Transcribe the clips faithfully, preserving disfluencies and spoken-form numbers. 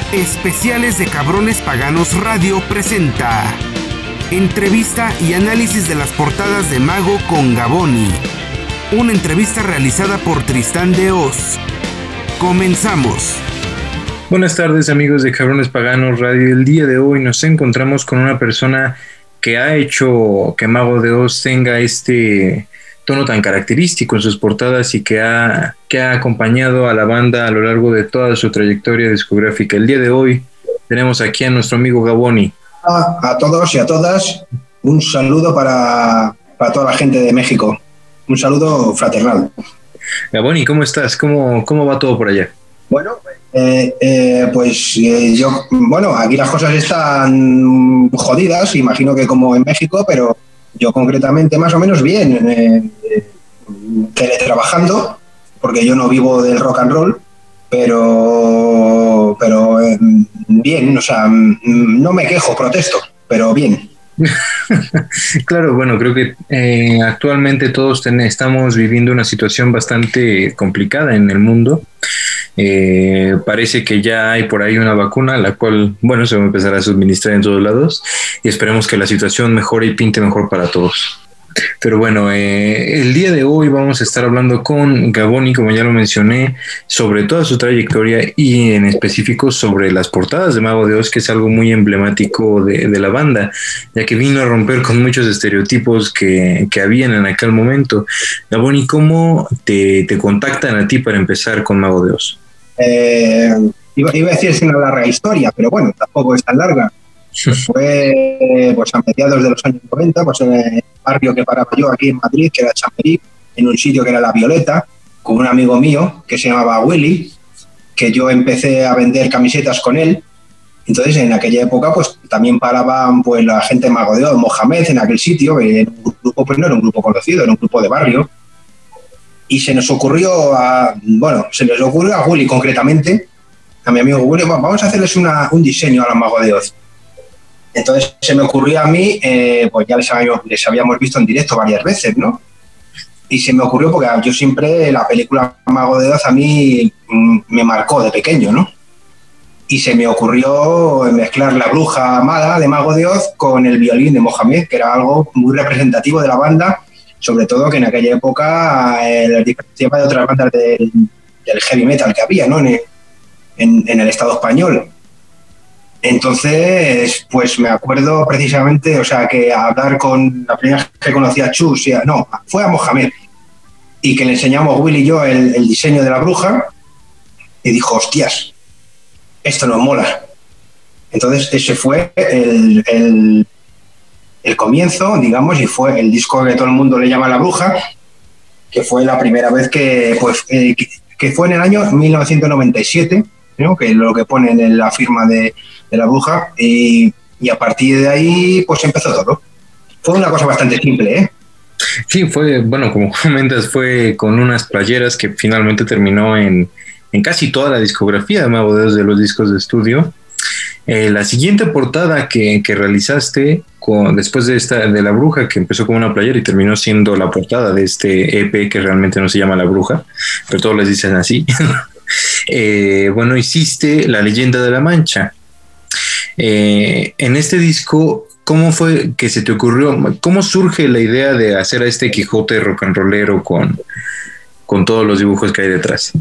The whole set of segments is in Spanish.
Especiales de Cabrones Paganos Radio presenta entrevista y análisis de las portadas de Mago con Gaboni. Una entrevista realizada por Tristán de Oz. Comenzamos. Buenas tardes, amigos de Cabrones Paganos Radio. El día de hoy nos encontramos con una persona que ha hecho que Mago de Oz tenga este tono tan característico en sus portadas y que ha, que ha acompañado a la banda a lo largo de toda su trayectoria discográfica. El día de hoy tenemos aquí a nuestro amigo Gaboni. A, a todos y a todas, un saludo para, para toda la gente de México. Un saludo fraternal. Gaboni, ¿cómo estás? ¿Cómo, cómo va todo por allá? Bueno, eh, eh, pues eh, yo, bueno, aquí las cosas están jodidas, imagino que como en México, pero yo concretamente más o menos bien, eh, eh, teletrabajando, porque yo no vivo del rock and roll, pero, pero eh, bien, o sea, no me quejo, protesto, pero bien. Claro, bueno, creo que eh, actualmente todos ten, estamos viviendo una situación bastante complicada en el mundo. Eh, parece que ya hay por ahí una vacuna, la cual, bueno, se va a empezar a suministrar en todos lados y esperemos que la situación mejore y pinte mejor para todos. Pero bueno, eh, el día de hoy vamos a estar hablando con Gaboni, como ya lo mencioné, sobre toda su trayectoria y en específico sobre las portadas de Mago de Oz, que es algo muy emblemático de, de la banda, ya que vino a romper con muchos estereotipos que, que habían en aquel momento. Gaboni, ¿cómo te, te contactan a ti para empezar con Mago de Oz? Eh, iba, iba a decir es una larga historia, pero bueno, tampoco es tan larga. Pues fue pues a mediados de los años noventa, pues en el barrio que paraba yo aquí en Madrid, que era Chamberí, en un sitio que era La Violeta, con un amigo mío que se llamaba Willy, que yo empecé a vender camisetas con él. Entonces en aquella época pues también paraban pues la gente de Mago de Oz, Mohamed, en aquel sitio, que era un grupo, pues no era un grupo conocido, era un grupo de barrio. Y se nos ocurrió a, bueno, se les ocurrió a Willy concretamente, a mi amigo Willy, vamos a hacerles una, un diseño a la Mago de Oz. Entonces se me ocurrió a mí, eh, pues ya les habíamos, les habíamos visto en directo varias veces, ¿no? Y se me ocurrió porque yo siempre, la película Mago de Oz a mí mm, me marcó de pequeño, ¿no? Y se me ocurrió mezclar la bruja amada de Mago de Oz con el violín de Mohamed, que era algo muy representativo de la banda, sobre todo que en aquella época eh, les diferenciaba de otras bandas del, del heavy metal que había, ¿no? En, en, en el Estado español. Entonces, pues me acuerdo precisamente, o sea, que a hablar con la primera vez que conocí a Chus, y a, no, fue a Mohamed, y que le enseñamos Willy y yo el, el diseño de la bruja, y dijo, hostias, esto nos mola. Entonces, ese fue el, el, el comienzo, digamos, y fue el disco que todo el mundo le llama La Bruja, que fue la primera vez que, pues, eh, que, que fue en el año mil novecientos noventa y siete, ¿no? Que es lo que pone en la firma de, de La Bruja, y, y a partir de ahí pues empezó todo. Fue una cosa bastante simple, ¿eh? Sí, fue, bueno, como comentas, fue con unas playeras que finalmente terminó en, en casi toda la discografía de Mago de Oz de los discos de estudio. Eh, la siguiente portada que, que realizaste con, después de esta de La Bruja, que empezó como una playera y terminó siendo la portada de este E P que realmente no se llama La Bruja, pero todos les dicen así. Eh, bueno, hiciste La Leyenda de la Mancha. Eh, en este disco, ¿cómo fue que se te ocurrió? ¿Cómo surge la idea de hacer a este Quijote rock and rollero con, con todos los dibujos que hay detrás?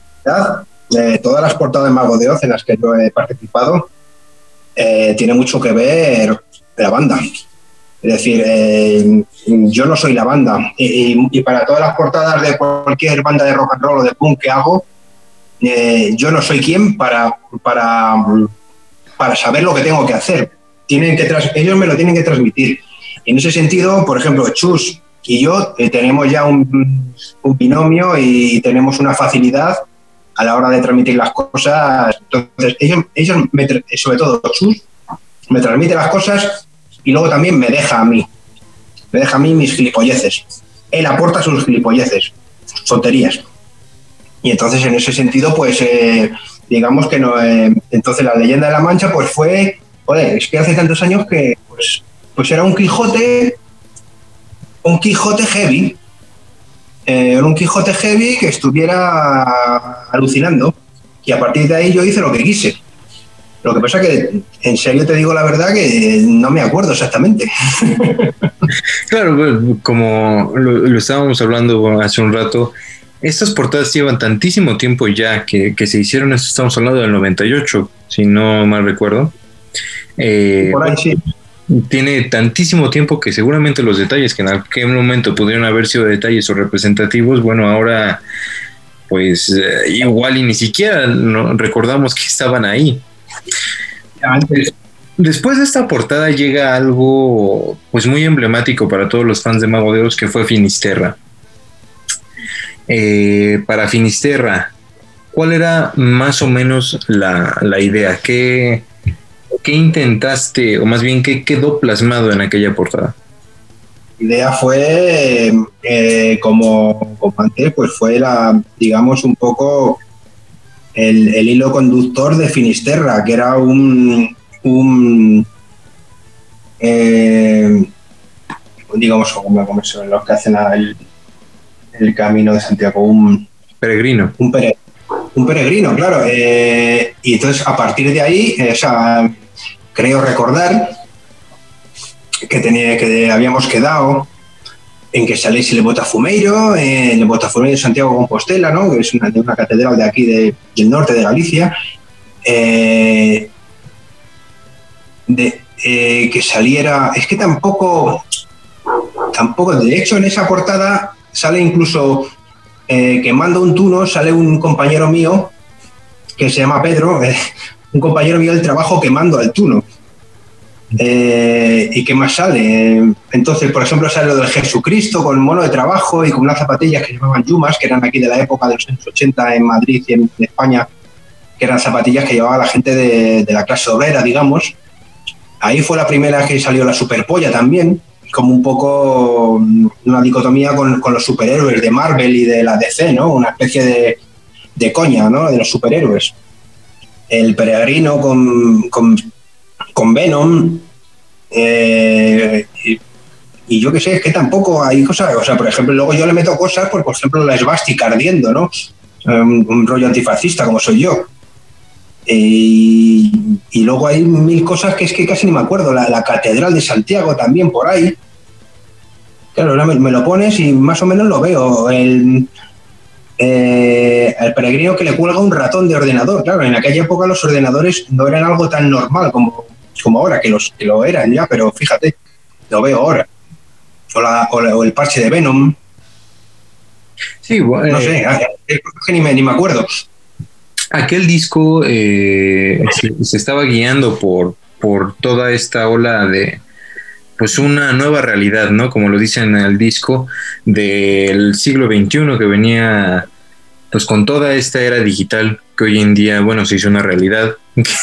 Eh, todas las portadas de Mago de Oz en las que yo he participado eh, tiene mucho que ver la banda. Es decir, eh, yo no soy la banda y, y para todas las portadas de cualquier banda de rock and roll o de punk que hago, Eh, yo no soy quien para, para, para saber lo que tengo que hacer. Tienen que tras, ellos me lo tienen que transmitir. Y en ese sentido, por ejemplo, Chus y yo eh, tenemos ya un, un binomio y tenemos una facilidad a la hora de transmitir las cosas. Entonces, ellos, ellos me, sobre todo Chus, me transmite las cosas y luego también me deja a mí. Me deja a mí mis gilipolleces. Él aporta sus gilipolleces, sus tonterías. Y entonces en ese sentido pues eh, digamos que no eh, entonces La Leyenda de la Mancha pues fue, joder, es que hace tantos años que pues, pues era un Quijote un Quijote heavy eh, un Quijote heavy que estuviera alucinando y a partir de ahí yo hice lo que quise. Lo que pasa que, en serio te digo la verdad, que no me acuerdo exactamente. Claro, bueno, como lo, lo estábamos hablando hace un rato, estas portadas llevan tantísimo tiempo ya que, que se hicieron, esto estamos hablando del noventa y ocho, si no mal recuerdo. Eh, Por ahí sí. Tiene tantísimo tiempo que seguramente los detalles que en aquel momento pudieron haber sido detalles o representativos, bueno, ahora pues eh, igual y ni siquiera no, recordamos que estaban ahí. Antes. Después de esta portada llega algo pues muy emblemático para todos los fans de Mago de Oz, que fue Finisterra. Eh, para Finisterra, ¿cuál era más o menos la, la idea? ¿Qué, ¿Qué intentaste, o más bien qué quedó plasmado en aquella portada? La idea fue, eh, como, como antes, pues fue la, digamos, un poco el, el hilo conductor de Finisterra, que era un, un eh, digamos, como, como son los que hacen el, el camino de Santiago, un peregrino. Un, pere, un peregrino, claro. Eh, y entonces, a partir de ahí, eh, o sea, creo recordar que, tenía, que habíamos quedado en que saliese el Botafumeiro, eh, el Botafumeiro de Santiago de Compostela, ¿no? Que es una, una catedral de aquí, de, del norte de Galicia, eh, de, eh, que saliera... Es que tampoco, tampoco, de hecho, en esa portada sale incluso... Eh, quemando un tuno, sale un compañero mío que se llama Pedro, eh, un compañero mío del trabajo quemando al tuno. Eh, ¿Y qué más sale? Entonces, por ejemplo, sale lo del Jesucristo con mono de trabajo y con unas zapatillas que se llamaban Yumas, que eran aquí de la época de los años ochenta en Madrid y en España, que eran zapatillas que llevaba la gente de, de la clase obrera, digamos. Ahí fue la primera que salió la Superpolla también, como un poco una dicotomía con, con los superhéroes de Marvel y de la D C, ¿no? Una especie de, de coña, ¿no? De los superhéroes. El peregrino con, con, con Venom, eh, y, y yo qué sé, es que tampoco hay cosas, o sea, por ejemplo, luego yo le meto cosas, por, por ejemplo, la esvástica ardiendo, ¿no? Un, un rollo antifascista como soy yo. Y, y luego hay mil cosas que es que casi ni me acuerdo. La, la Catedral de Santiago también por ahí. Claro, ahora me, me lo pones y más o menos lo veo. El, eh, el peregrino que le cuelga un ratón de ordenador. Claro, en aquella época los ordenadores no eran algo tan normal como, como ahora, que, los, que lo eran ya, pero fíjate, lo veo ahora. O, la, o, la, o el parche de Venom. Sí, bueno, no sé, eh, ni me, ni me acuerdo. Aquel disco eh, se, se estaba guiando por, por toda esta ola de pues una nueva realidad, ¿no? Como lo dicen en el disco, del siglo veintiuno, que venía pues con toda esta era digital que hoy en día, bueno, se hizo una realidad.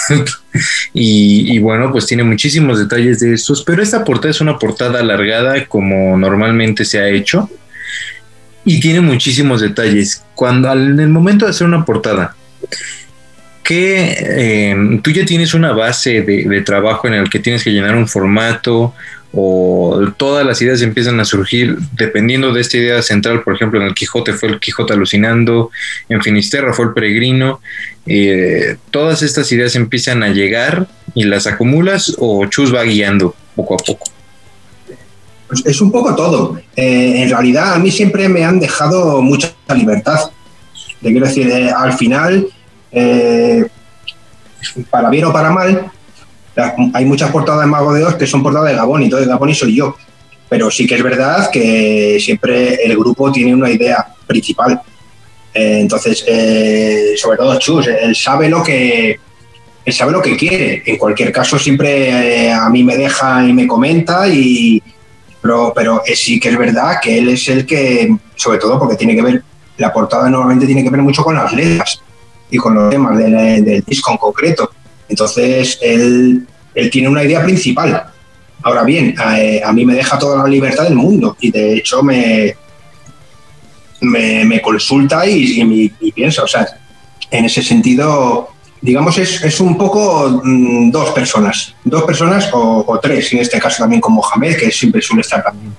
y, y bueno, pues tiene muchísimos detalles de estos, pero esta portada es una portada alargada como normalmente se ha hecho y tiene muchísimos detalles. Cuando en el momento de hacer una portada, que eh, tú ya tienes una base de, de trabajo en el que tienes que llenar un formato, o todas las ideas empiezan a surgir dependiendo de esta idea central. Por ejemplo, en el Quijote fue el Quijote alucinando, en Finisterra fue el peregrino. Eh, todas estas ideas empiezan a llegar y las acumulas, o Chus va guiando poco a poco. Pues es un poco todo. Eh, en realidad a mí siempre me han dejado mucha libertad. Te quiero decir, eh, al final, eh, para bien o para mal, hay muchas portadas de Mago de Oz que son portadas de Gabón, y todo de Gabón y soy yo. Pero sí que es verdad que siempre el grupo tiene una idea principal. Eh, entonces, eh, sobre todo Chus, él sabe lo que él sabe lo que quiere. En cualquier caso, siempre eh, a mí me deja y me comenta, y pero, pero eh, sí que es verdad que él es el que, sobre todo porque tiene que ver, la portada normalmente tiene que ver mucho con las letras y con los temas del, del disco en concreto. Entonces, él, él tiene una idea principal. Ahora bien, a, a mí me deja toda la libertad del mundo, y de hecho me, me, me consulta y, y, y piensa. O sea, en ese sentido, digamos, es, es un poco mmm, dos personas. Dos personas o, o tres, en este caso también con Mohamed, que siempre suele estar también.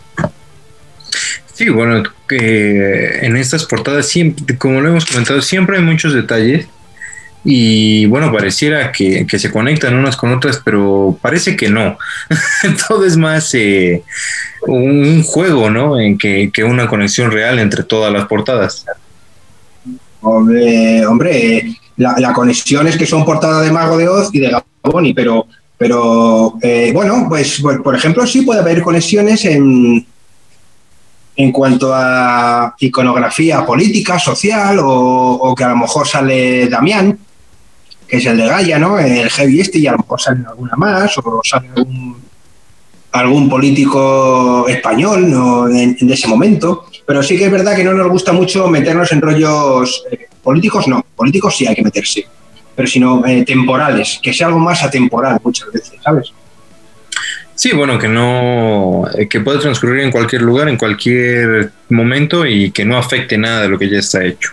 Sí, bueno, que en estas portadas, siempre, como lo hemos comentado, siempre hay muchos detalles. y bueno, pareciera que, que se conectan unas con otras, pero parece que no. Todo es más eh, un juego, ¿no? En que, que una conexión real entre todas las portadas. Hombre, hombre la, la conexión es que son portadas de Mago de Oz y de Gaboni, pero, pero eh, bueno, pues, pues por ejemplo sí puede haber conexiones en, en cuanto a iconografía política, social, o, o que a lo mejor sale Damián, que es el de Gaia, ¿no? El heavy este, y a lo mejor sale alguna más, o sale algún, algún político español, ¿no? en, en ese momento. Pero sí que es verdad que no nos gusta mucho meternos en rollos eh, políticos, no, políticos sí hay que meterse, pero sino eh, temporales, que sea algo más atemporal muchas veces, ¿sabes? Sí, bueno, que no, que puede transcurrir en cualquier lugar, en cualquier momento y que no afecte nada de lo que ya está hecho.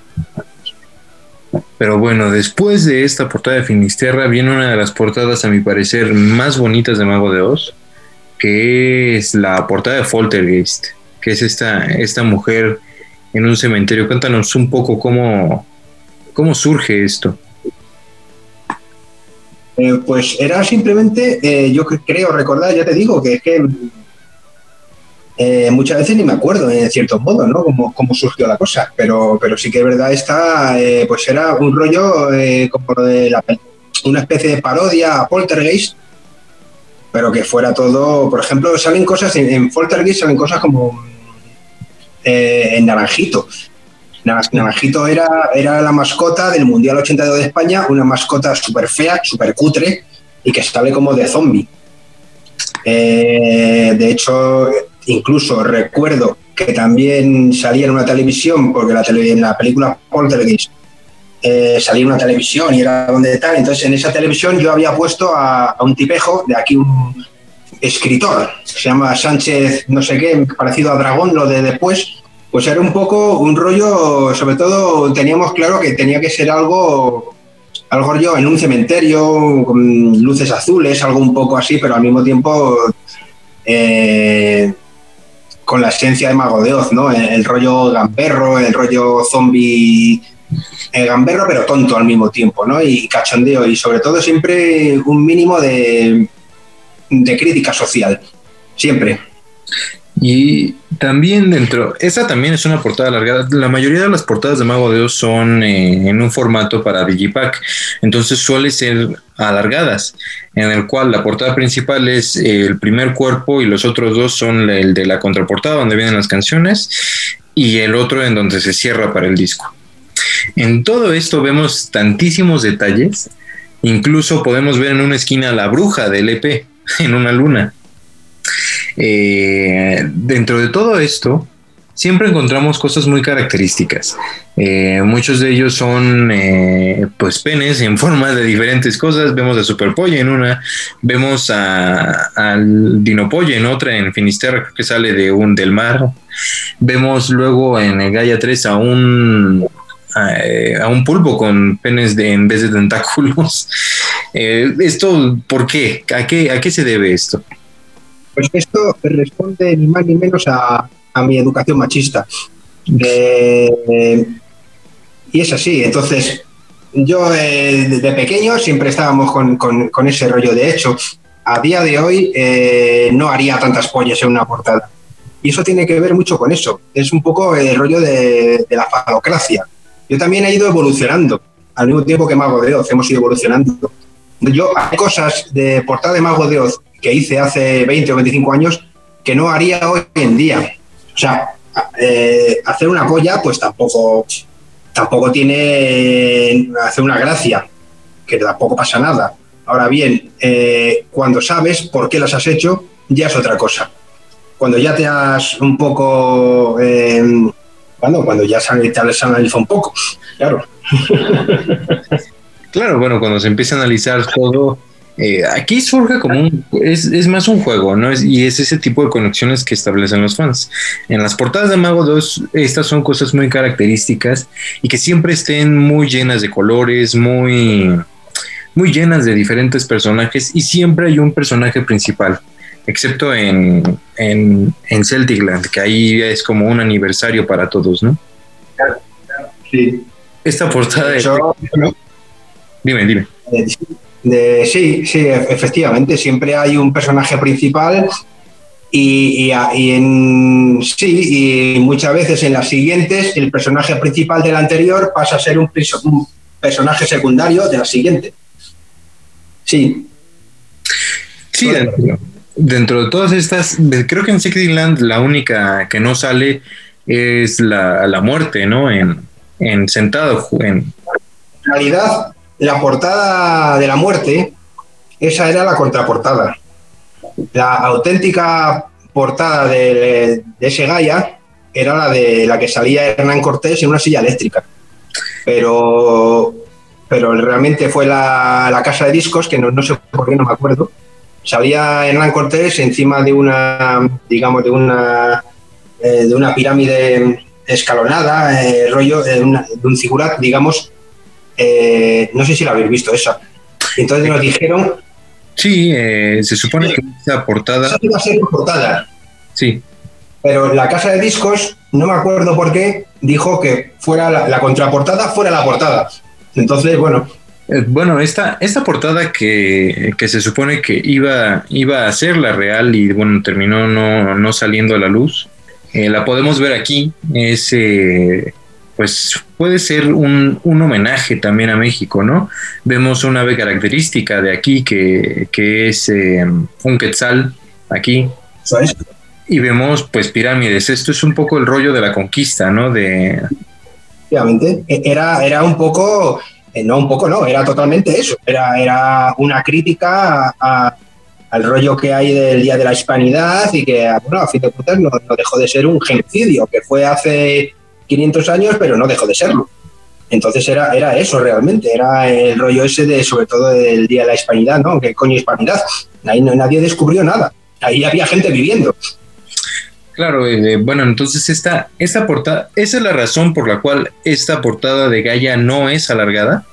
Pero bueno, después de esta portada de Finisterra viene una de las portadas, a mi parecer, más bonitas de Mago de Oz, que es la portada de Foltergeist, que es esta, esta mujer en un cementerio. Cuéntanos un poco cómo, cómo surge esto. Eh, pues era simplemente, eh, yo creo recordar, ya te digo, que es que eh, muchas veces ni me acuerdo, en cierto modo, ¿no? Cómo, cómo surgió la cosa, pero, pero sí que es verdad, esta, eh, pues era un rollo eh, como de la, una especie de parodia a Poltergeist, pero que fuera todo, por ejemplo, salen cosas, en, en Poltergeist salen cosas como eh, en Naranjito. Naranjito era, era la mascota del Mundial ochenta y dos de España, una mascota súper fea, súper cutre, y que sale como de zombie. Eh, de hecho, incluso recuerdo que también salía en una televisión, porque la, tele, en la película Poltergeist eh, salía en una televisión y era donde tal. Entonces, en esa televisión yo había puesto a, a un tipejo, de aquí un escritor, se llama Sánchez, no sé qué, parecido a Dragón, lo de después. Pues era un poco un rollo, sobre todo teníamos claro que tenía que ser algo, algo yo en un cementerio, con luces azules, algo un poco así, pero al mismo tiempo eh, con la esencia de Mago de Oz, ¿no? El, el rollo gamberro, el rollo zombie, el gamberro pero tonto al mismo tiempo, ¿no? Y cachondeo, y sobre todo siempre un mínimo de, de crítica social, siempre. Y también dentro, esta también es una portada alargada. La mayoría de las portadas de Mago de Oz son eh, en un formato para Digipack, entonces suele ser alargadas, en el cual la portada principal es eh, el primer cuerpo y los otros dos son el de la contraportada donde vienen las canciones y el otro en donde se cierra para el disco. En todo esto vemos tantísimos detalles, incluso podemos ver en una esquina la bruja del E P en una luna. Eh, dentro de todo esto siempre encontramos cosas muy características. Eh, muchos de ellos son eh, pues penes en forma de diferentes cosas. Vemos a Superpolla en una, vemos a, al Dinopolla en otra, en Finisterra que sale de un del mar. Vemos luego en el Gaia tres a un a, a un pulpo con penes de, en vez de tentáculos. Eh, esto, ¿por qué? ¿A qué, a qué se debe esto? Pues esto responde ni más ni menos a, a mi educación machista. Eh, y es así. Entonces, yo eh, de pequeño siempre estábamos con, con, con ese rollo. De hecho, a día de hoy eh, no haría tantas pollas en una portada. Y eso tiene que ver mucho con eso. Es un poco el rollo de, de la falocracia. Yo también he ido evolucionando. Al mismo tiempo que Mago de Oz, hemos ido evolucionando. Yo hay cosas de portada de Mago de Oz que hice hace veinte o veinticinco años que no haría hoy en día. O sea, eh, hacer una polla pues tampoco, tampoco tiene hacer una gracia, que tampoco pasa nada. Ahora bien, eh, cuando sabes por qué las has hecho, ya es otra cosa. Cuando ya te has un poco... Eh, bueno, cuando ya te has analizado un poco, claro. Claro, bueno, cuando se empieza a analizar todo... Eh, aquí surge como un, es, es más un juego, ¿no? Es, y es ese tipo de conexiones que establecen los fans. En las portadas de Mago de Oz, estas son cosas muy características y que siempre estén muy llenas de colores, muy, muy llenas de diferentes personajes, y siempre hay un personaje principal, excepto en, en, en Celticland, que ahí es como un aniversario para todos, ¿no? Claro, claro, sí. Esta portada de... Yo, Dime, dime. De, de, sí, sí, efectivamente, siempre hay un personaje principal y, y, y en, sí, y muchas veces en las siguientes el personaje principal del anterior pasa a ser un, un personaje secundario de la siguiente. Sí. Sí, dentro, dentro de todas estas, creo que en Secretland la única que no sale es la, la muerte, ¿no? En, en sentado. En... en realidad, la portada de la muerte, esa era la contraportada. La auténtica portada de, de ese Gaia era la de la que salía Hernán Cortés en una silla eléctrica. Pero, pero realmente fue la, la casa de discos, que no, no sé por qué, no me acuerdo. Salía Hernán Cortés encima de una, digamos, de una, eh, de una pirámide escalonada, eh, rollo, eh, una, de un zigurat, digamos. Eh, no sé si la habéis visto esa. Entonces nos dijeron... Sí, eh, se supone sí, que esa portada... Esa iba a ser portada. Sí. Pero la casa de discos, no me acuerdo por qué, dijo que fuera la, la contraportada fuera la portada. Entonces, bueno... Eh, bueno, esta, esta portada que, que se supone que iba, iba a ser la real y bueno, terminó no, no saliendo a la luz, eh, la podemos ver aquí. Es... Eh, pues puede ser un, un homenaje también a México, ¿no? Vemos una ave característica de aquí que, que es eh, un quetzal aquí. ¿Sabes? Y vemos pues pirámides. Esto es un poco el rollo de la conquista, ¿no? De... Obviamente, era, era un poco, eh, no un poco, no, era totalmente eso. Era, era una crítica a, a, al rollo que hay del Día de la Hispanidad y que, bueno, a fin de cuentas no, no dejó de ser un genocidio, que fue hace quinientos años, pero no dejó de serlo. Entonces era, era eso realmente, era el rollo ese de, sobre todo del Día de la Hispanidad, ¿no? ¿Qué coño Hispanidad? Ahí no, nadie descubrió nada, ahí había gente viviendo. Claro, eh, bueno, entonces esta, esta portada, ¿esa es la razón por la cual esta portada de Gaia no es alargada?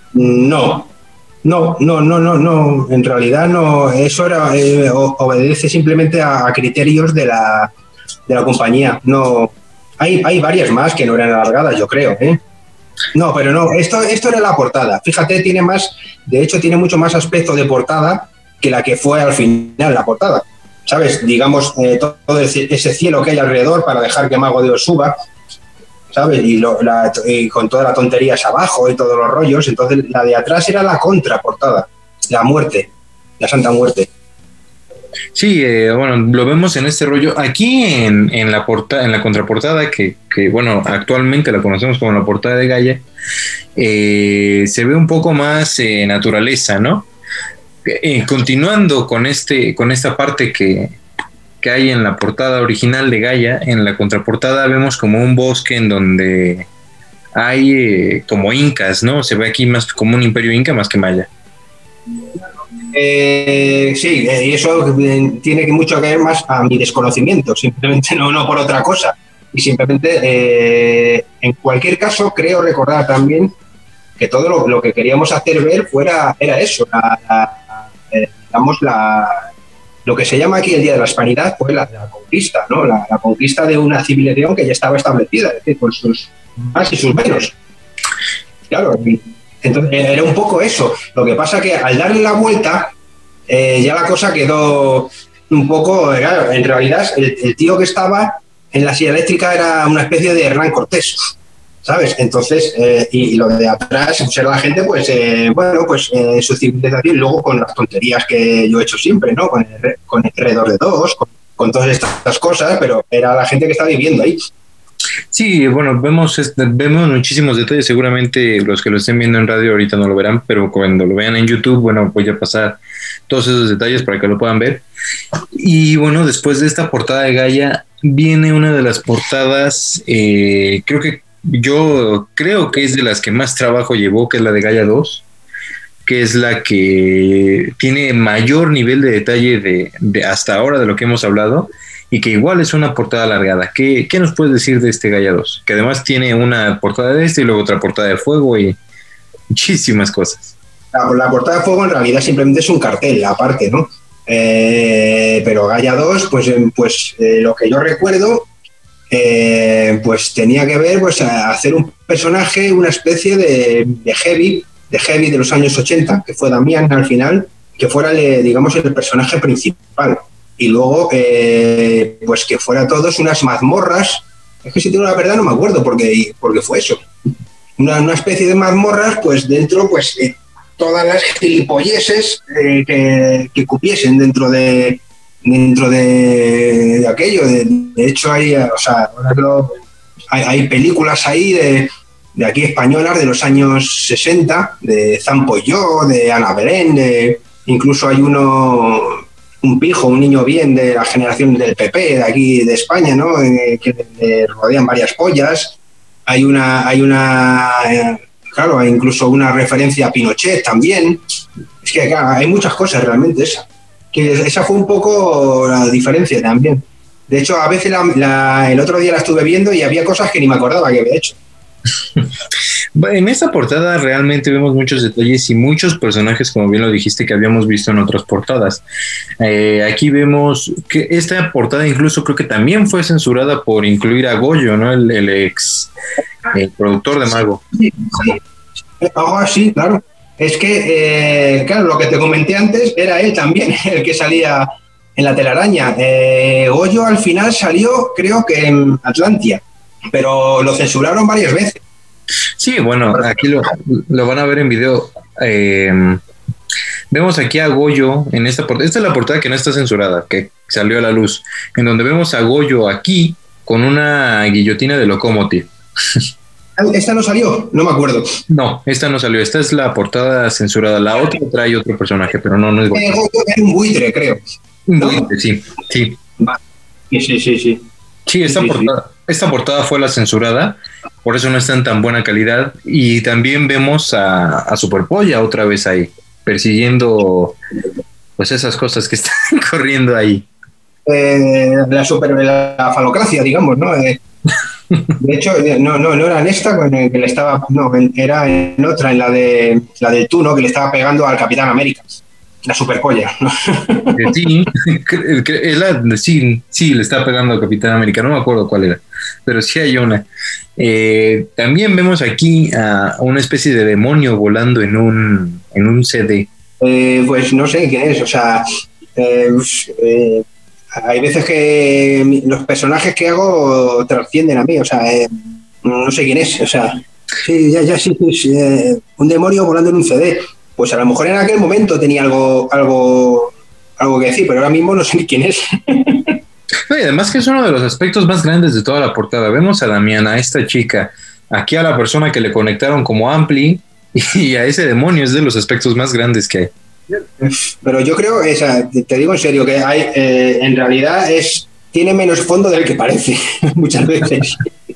No, no, no, no, no, no, en realidad no, eso era, eh, obedece simplemente a, a criterios de la, de la compañía, no... Hay, hay varias más que no eran alargadas, yo creo, ¿eh? No, pero no, esto, esto era la portada. Fíjate, tiene más, de hecho, tiene mucho más aspecto de portada que la que fue al final la portada. ¿Sabes? Digamos, eh, todo ese cielo que hay alrededor para dejar que Mago de Oz suba, ¿sabes? Y, lo, la, y con todas las tonterías abajo y todos los rollos. Entonces, la de atrás era la contraportada, la muerte, la Santa Muerte. Sí, eh, bueno, lo vemos en este rollo. Aquí en, en la portada, en la contraportada, que, que bueno, actualmente la conocemos como la portada de Gaia, eh, se ve un poco más eh, naturaleza, ¿no? Eh, continuando con este, con esta parte que, que hay en la portada original de Gaia, en la contraportada vemos como un bosque en donde hay eh, como incas, ¿no? Se ve aquí más como un imperio inca más que maya. Eh, sí, eh, y eso tiene que mucho que ver más a mi desconocimiento, simplemente no, no por otra cosa. Y simplemente, eh, en cualquier caso, creo recordar también que todo lo, lo que queríamos hacer ver fuera era eso, la, la, eh, digamos, la, lo que se llama aquí el Día de la Hispanidad fue la, la conquista, ¿no? La, la conquista de una civilización que ya estaba establecida, es decir, con sus más y sus menos. Claro, y, entonces era un poco eso. Lo que pasa que al darle la vuelta, eh, ya la cosa quedó un poco... Claro, en realidad, el, el tío que estaba en la silla eléctrica era una especie de Hernán Cortés, ¿sabes? Entonces, eh, y, y lo de atrás, pues era la gente, pues, eh, bueno, pues eh, su civilización, luego con las tonterías que yo he hecho siempre, ¿no? Con el, con el R dos D dos, con, con todas estas cosas, pero era la gente que estaba viviendo ahí. Sí, bueno, vemos, vemos muchísimos detalles. Seguramente los que lo estén viendo en radio ahorita no lo verán, pero cuando lo vean en YouTube, bueno, voy a pasar todos esos detalles para que lo puedan ver. Y bueno, después de esta portada de Gaia, viene una de las portadas, eh, creo que yo creo que es de las que más trabajo llevó, que es la de Gaia dos, que es la que tiene mayor nivel de detalle de, de hasta ahora de lo que hemos hablado. Y que igual es una portada alargada. ¿Qué, qué nos puedes decir de este Gaia dos? Que además tiene una portada de este y luego otra portada de fuego y muchísimas cosas. La, la portada de fuego en realidad simplemente es un cartel, aparte, ¿no? Eh, pero Gaia dos, pues, pues eh, lo que yo recuerdo, eh, pues tenía que ver, pues, a hacer un personaje, una especie de, de heavy, de heavy de los años ochenta, que fue Damián al final, que fuera, el, digamos, el personaje principal. Y luego, eh, pues que fuera todos unas mazmorras. Es que si tengo la verdad no me acuerdo porque, porque fue eso. Una, una especie de mazmorras, pues dentro, pues eh, todas las gilipolleses eh, que, que cupiesen dentro de dentro de, de aquello. De, de hecho, hay, o sea, ahora lo, hay, hay películas ahí de, de aquí españolas de los años sesenta, de Zampo y yo, de Ana Belén, de, incluso hay uno, un pijo, un niño bien de la generación del P P, de aquí de España, ¿no? Eh, que le rodean varias pollas. Hay una, hay una, eh, claro, hay incluso una referencia a Pinochet también. Es que claro, hay muchas cosas realmente esa. Que esa fue un poco la diferencia también. De hecho, a veces la, la, el otro día la estuve viendo y había cosas que ni me acordaba que había hecho. En esta portada realmente vemos muchos detalles y muchos personajes, como bien lo dijiste, que habíamos visto en otras portadas. Eh, aquí vemos que esta portada incluso creo que también fue censurada por incluir a Goyo, ¿no? El, el ex el productor de Mago. Sí, sí. Oh, sí, claro. Es que, eh, claro, lo que te comenté antes era él también, el que salía en la telaraña. Eh, Goyo al final salió, creo que en Atlantia, pero lo censuraron varias veces. Sí, bueno, aquí lo, lo van a ver en video. Eh, vemos aquí a Goyo en esta portada. Esta es la portada que no está censurada, que salió a la luz, en donde vemos a Goyo aquí con una guillotina de Locomotive. ¿Esta no salió? No me acuerdo. No, esta no salió. Esta es la portada censurada. La otra trae otro personaje, pero no, no es Goyo. Eh, Goyo era un buitre, creo. Un buitre, sí, sí. Sí, sí, sí, sí. Sí, esta, sí, portada, sí. esta portada fue la censurada, por eso no está en tan buena calidad. Y también vemos a, a Superpolla otra vez ahí, persiguiendo pues esas cosas que están corriendo ahí. Eh, la super la falocracia, digamos, ¿no? Eh, de hecho, no, no, no era en esta que le estaba, no, era en otra, en la de la del Tuno, que le estaba pegando al Capitán América. La Superpolla, ¿no? Sí, la, sí, sí, le está pegando al Capitán América, no me acuerdo cuál era, pero sí hay una. Eh, también vemos aquí a una especie de demonio volando en un, en un C D. Eh, pues no sé quién es, o sea, eh, eh, hay veces que los personajes que hago trascienden a mí, o sea, eh, no sé quién es, o sea, sí, ya, ya sí, sí eh, un demonio volando en un C D. Pues a lo mejor en aquel momento tenía algo, algo, algo que decir, pero ahora mismo no sé ni quién es. Y además que es uno de los aspectos más grandes de toda la portada. Vemos a Damián, a esta chica, aquí a la persona que le conectaron como Ampli y a ese demonio. Es de los aspectos más grandes que hay. Pero yo creo, o sea, te digo en serio, que hay, eh, en realidad es tiene menos fondo del que parece muchas veces.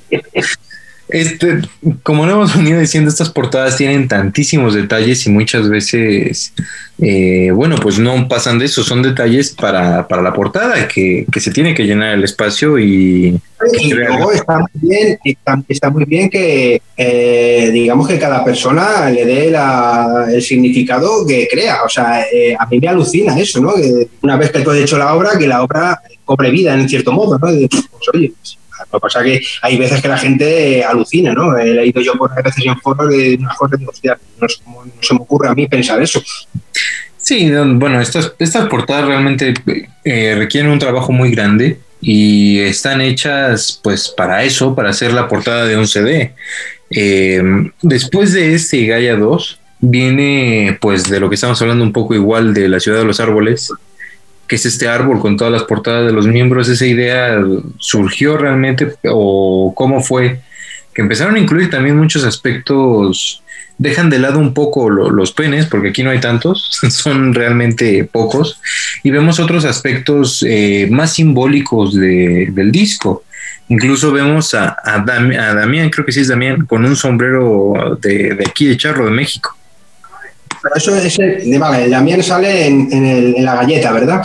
Este, como lo hemos venido diciendo, estas portadas tienen tantísimos detalles y muchas veces, eh, bueno, pues no pasan de eso, son detalles para, para la portada, que, que se tiene que llenar el espacio y... Y luego está muy bien, está, está muy bien que, eh, digamos que cada persona le dé la, el significado que crea, o sea, eh, a mí me alucina eso, ¿no? Que una vez que tú has hecho la obra, que la obra cobre vida en cierto modo, ¿no? De, pues oye, pues, lo que pasa es que hay veces que la gente alucina, ¿no? He leído yo por veces en foros de unas cosas de hostia, no, no se me ocurre a mí pensar eso. Sí, bueno, estas, estas portadas realmente eh, requieren un trabajo muy grande y están hechas pues para eso, para hacer la portada de un C D. Eh, después de este Gaia dos viene pues de lo que estamos hablando un poco igual de La Ciudad de los Árboles, que es este árbol con todas las portadas de los miembros. Esa idea surgió realmente, o cómo fue que empezaron a incluir también muchos aspectos, dejan de lado un poco lo, los penes, porque aquí no hay tantos, son realmente pocos, y vemos otros aspectos eh, más simbólicos de, del disco. Incluso vemos a, a, Dam, a Damián, creo que sí es Damián, con un sombrero de, de aquí de Charro, de México. Pero eso es el, vale, el Damián sale en, en, el, en la galleta, ¿verdad?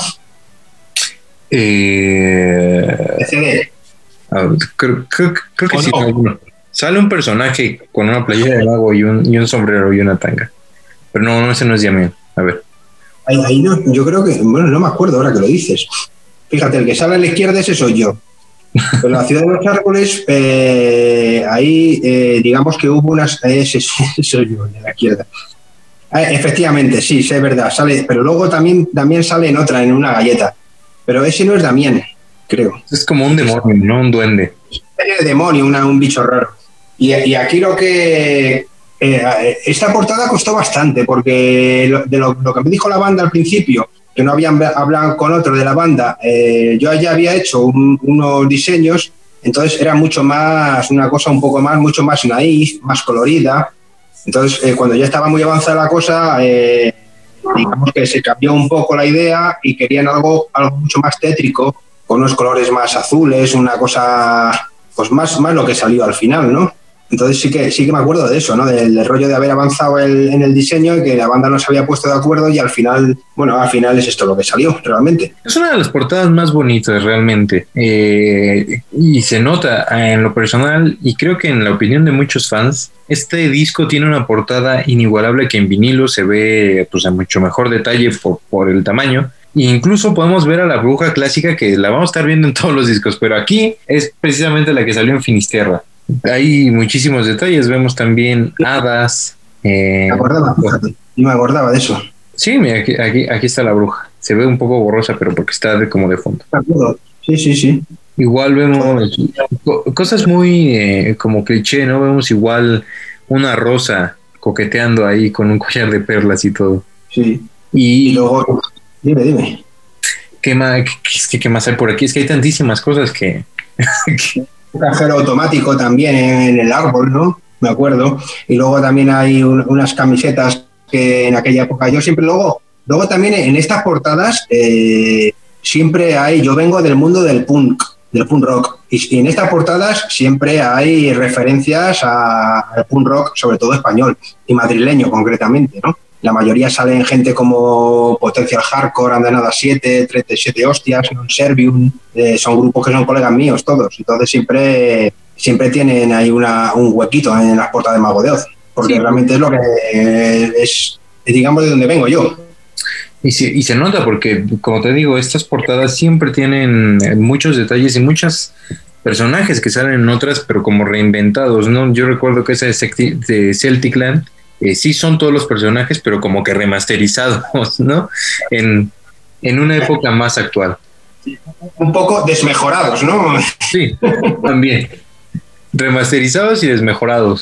Eh, el C D. A ver, creo, creo, creo que sí. No? Sale un personaje con una playera de mago y un, y un sombrero y una tanga. Pero no, no, ese no es Damián. A ver. Ahí, ahí no, yo creo que, bueno, no me acuerdo ahora que lo dices. Fíjate, el que sale a la izquierda ese soy yo. Pero La Ciudad de los Árboles, eh, ahí eh, digamos que hubo unas... Ese soy yo, de la izquierda. Eh, efectivamente, sí, sí, es verdad, sale, pero luego también, también sale en otra, en una galleta. Pero ese no es Damien, creo. Es como un demonio, ¿no? Un duende. Es un demonio, una, un bicho raro. Y, y aquí lo que... Eh, esta portada costó bastante, porque lo, de lo, lo que me dijo la banda al principio, que no habían hablado con otro de la banda, eh, yo ya había hecho un, unos diseños, entonces era mucho más, una cosa un poco más, mucho más naif, más colorida. Entonces, eh, cuando ya estaba muy avanzada la cosa, eh, digamos que se cambió un poco la idea y querían algo, algo mucho más tétrico, con unos colores más azules, una cosa, pues más, más lo que salió al final, ¿no? Entonces sí que sí que me acuerdo de eso, ¿no? Del, del rollo de haber avanzado el, en el diseño y que la banda no se había puesto de acuerdo y al final, bueno, al final es esto lo que salió realmente. Es una de las portadas más bonitas realmente, eh, y se nota en lo personal y creo que en la opinión de muchos fans, este disco tiene una portada inigualable que en vinilo se ve pues a mucho mejor detalle por, por el tamaño. E incluso podemos ver a la bruja clásica que la vamos a estar viendo en todos los discos, pero aquí es precisamente la que salió en Finisterra. Hay muchísimos detalles, vemos también hadas. Eh, me acordaba, fíjate, no me acordaba de eso. Sí, mira, aquí, aquí, aquí está la bruja. Se ve un poco borrosa, pero porque está de, como de fondo. Sí, sí, sí. Igual vemos cosas muy eh, como cliché, ¿no? Vemos igual una rosa coqueteando ahí con un collar de perlas y todo. Sí. Y, y luego, dime, dime. ¿Qué más, qué, qué más hay por aquí? Es que hay tantísimas cosas que... que un cajero automático también en el árbol, ¿no? Me acuerdo. Y luego también hay un, unas camisetas que en aquella época yo siempre luego, luego también en estas portadas eh, siempre hay, yo vengo del mundo del punk, del punk rock, y, y en estas portadas siempre hay referencias a, al punk rock, sobre todo español y madrileño concretamente, ¿no? La mayoría salen gente como Potential Hardcore, Andanada siete, treinta y siete Hostias, Non Servium, eh, son grupos que son colegas míos todos, entonces siempre, siempre tienen ahí una, un huequito en las portadas de Mago de Oz, porque sí, realmente es lo que eh, es, digamos, de donde vengo yo. Y se, y se nota porque, como te digo, estas portadas siempre tienen muchos detalles y muchos personajes que salen en otras, pero como reinventados, ¿no? Yo recuerdo que esa de Celtic Land, Eh, sí son todos los personajes, pero como que remasterizados, ¿no? En, en una época más actual. Un poco desmejorados, ¿no? Sí, también. Remasterizados y desmejorados.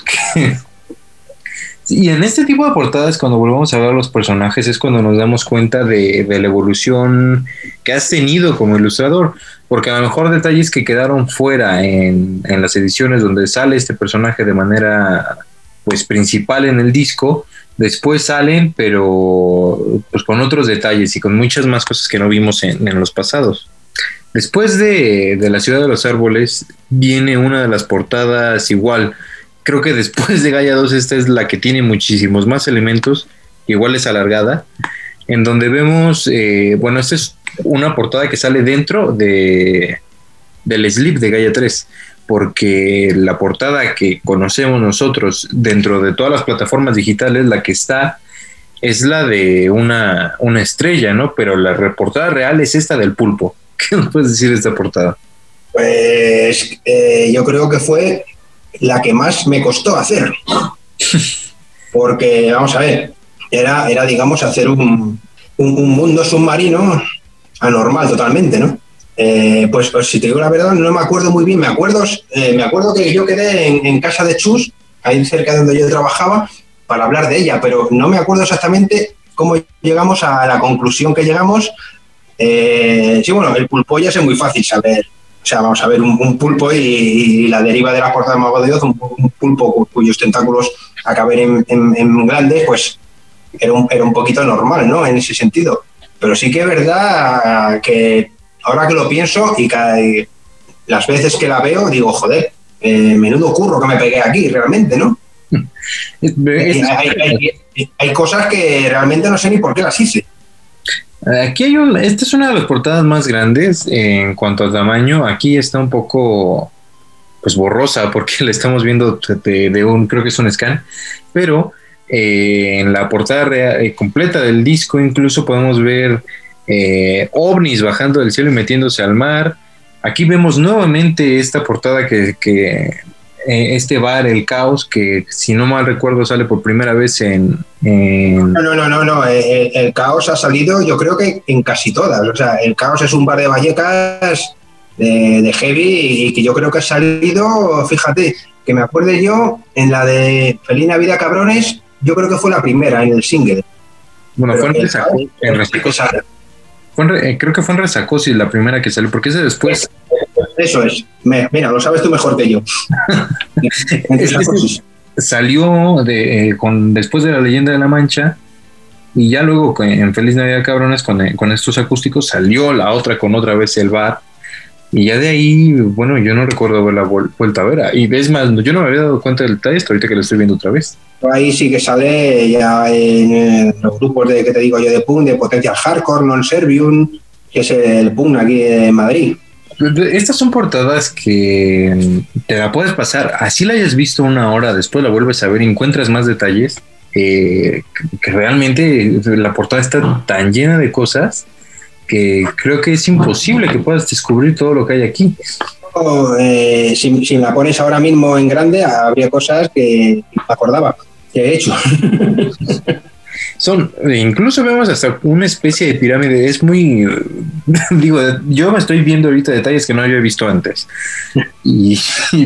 Y en este tipo de portadas, cuando volvamos a ver a los personajes, es cuando nos damos cuenta de, de la evolución que has tenido como ilustrador. Porque a lo mejor detalles que quedaron fuera en, en las ediciones donde sale este personaje de manera... pues principal en el disco, después salen, pero pues con otros detalles y con muchas más cosas que no vimos en, en los pasados. Después de, de La Ciudad de los Árboles, viene una de las portadas igual. Creo que después de Gaia dos, esta es la que tiene muchísimos más elementos, igual es alargada, en donde vemos, eh, bueno, esta es una portada que sale dentro de del Sleep de Gaia tres, porque la portada que conocemos nosotros dentro de todas las plataformas digitales, la que está es la de una, una estrella, ¿no? Pero la portada real es esta del pulpo. ¿Qué nos puedes decir de esta portada? Pues eh, yo creo que fue la que más me costó hacer. Porque, vamos a ver, era, era digamos, hacer un, un, un mundo submarino anormal totalmente, ¿no? Eh, pues, pues si te digo la verdad, no me acuerdo muy bien. Me acuerdo, eh, me acuerdo que yo quedé en, en casa de Chus, ahí cerca de donde yo trabajaba, para hablar de ella, pero no me acuerdo exactamente cómo llegamos a la conclusión que llegamos. Eh, sí, bueno, el pulpo ya es muy fácil saber. O sea, vamos a ver un, un pulpo y, y la deriva de la portada de Mago de Oz, un, un pulpo cuyos tentáculos acaben en, en, en grandes, pues era un, era un poquito normal, ¿no? En ese sentido. Pero sí que es verdad que ahora que lo pienso y cada, y las veces que la veo, digo, joder, eh, menudo curro que me pegué aquí, realmente, ¿no? Es, hay, hay, hay, hay cosas que realmente no sé ni por qué las hice. Aquí hay un, esta es una de las portadas más grandes en cuanto a tamaño. Aquí está un poco pues borrosa porque la estamos viendo de, de un, creo que es un scan, pero eh, en la portada real, eh, completa del disco incluso podemos ver Eh, ovnis bajando del cielo y metiéndose al mar. Aquí vemos nuevamente esta portada que, que eh, este bar, El Caos, que si no mal recuerdo sale por primera vez en... en... No, no, no, no, no. El, el Caos ha salido yo creo que en casi todas. O sea, El Caos es un bar de Vallecas de, de heavy y que yo creo que ha salido, fíjate, que me acuerde yo, en la de Feliz Navidad Cabrones, yo creo que fue la primera, en el single. Bueno, Pero fue en Resacosis. En Resacosis. Fue en, eh, creo que fue en Resacosis la primera que salió, porque ese después... Eso es. Me, mira, lo sabes tú mejor que yo. es salió de, eh, con, después de La Leyenda de la Mancha, y ya luego en Feliz Navidad Cabrones con, con estos acústicos salió la otra con otra vez El Bar, y ya de ahí, bueno, yo no recuerdo haberla vuelta a ver, y es más, yo no me había dado cuenta del detalle hasta ahorita que lo estoy viendo otra vez. Ahí sí que sale ya en los grupos de, que te digo yo, de punk, de Potential Hardcore, Non Servium, que es el punk aquí en Madrid. Estas son portadas que te la puedes pasar, así la hayas visto una hora, después la vuelves a ver y encuentras más detalles, eh, que realmente la portada está tan llena de cosas que creo que es imposible que puedas descubrir todo lo que hay aquí. Oh, eh, si, si la pones ahora mismo en grande, habría cosas que me acordaba que he hecho. Son, incluso vemos hasta una especie de pirámide, es muy, digo, yo me estoy viendo ahorita detalles que no había visto antes. Y,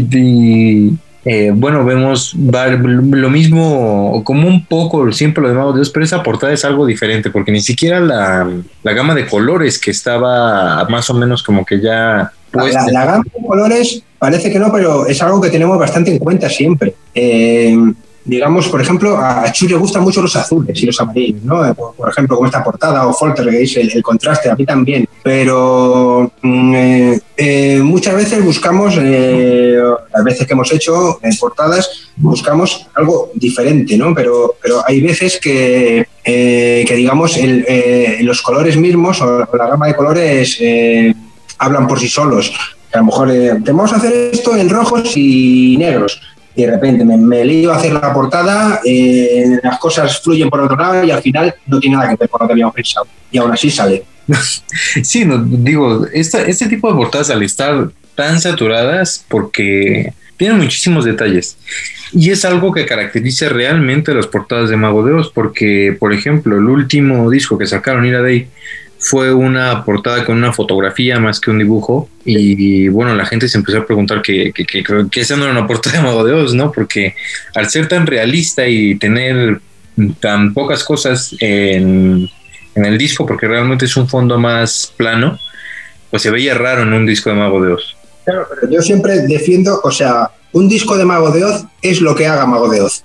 y eh, bueno, vemos va, lo mismo, como un poco siempre lo de Mago de Dios, pero esa portada es algo diferente, porque ni siquiera la, la gama de colores que estaba más o menos como que ya... Pues, la, la gama de colores parece que no, pero es algo que tenemos bastante en cuenta siempre. Eh, digamos, por ejemplo, a Chu le gustan mucho los azules y los amarillos, ¿no? Por, por ejemplo, como esta portada o Foltergeist, el, el contraste, a mí también. Pero eh, eh, muchas veces buscamos, eh, las veces que hemos hecho en portadas, buscamos algo diferente, ¿no? Pero, pero hay veces que, eh, que digamos, el, eh, los colores mismos o, o la gama de colores... Eh, hablan por sí solos. A lo mejor eh, vamos a hacer esto en rojos y negros. Y de repente me, me lío a hacer la portada, eh, las cosas fluyen por otro lado y al final no tiene nada que ver con lo que habíamos pensado. Y aún así sale. Sí, no, digo, esta, este tipo de portadas al estar tan saturadas, porque tienen muchísimos detalles. Y es algo que caracteriza realmente las portadas de Mago de Oz, porque, por ejemplo, el último disco que sacaron, Ira Day, fue una portada con una fotografía más que un dibujo, y, y bueno, la gente se empezó a preguntar que, que, que, que esa no era una portada de Mago de Oz, ¿no? Porque al ser tan realista y tener tan pocas cosas en, en el disco, porque realmente es un fondo más plano, pues se veía raro en un disco de Mago de Oz. Claro, pero yo siempre defiendo, o sea, un disco de Mago de Oz es lo que haga Mago de Oz.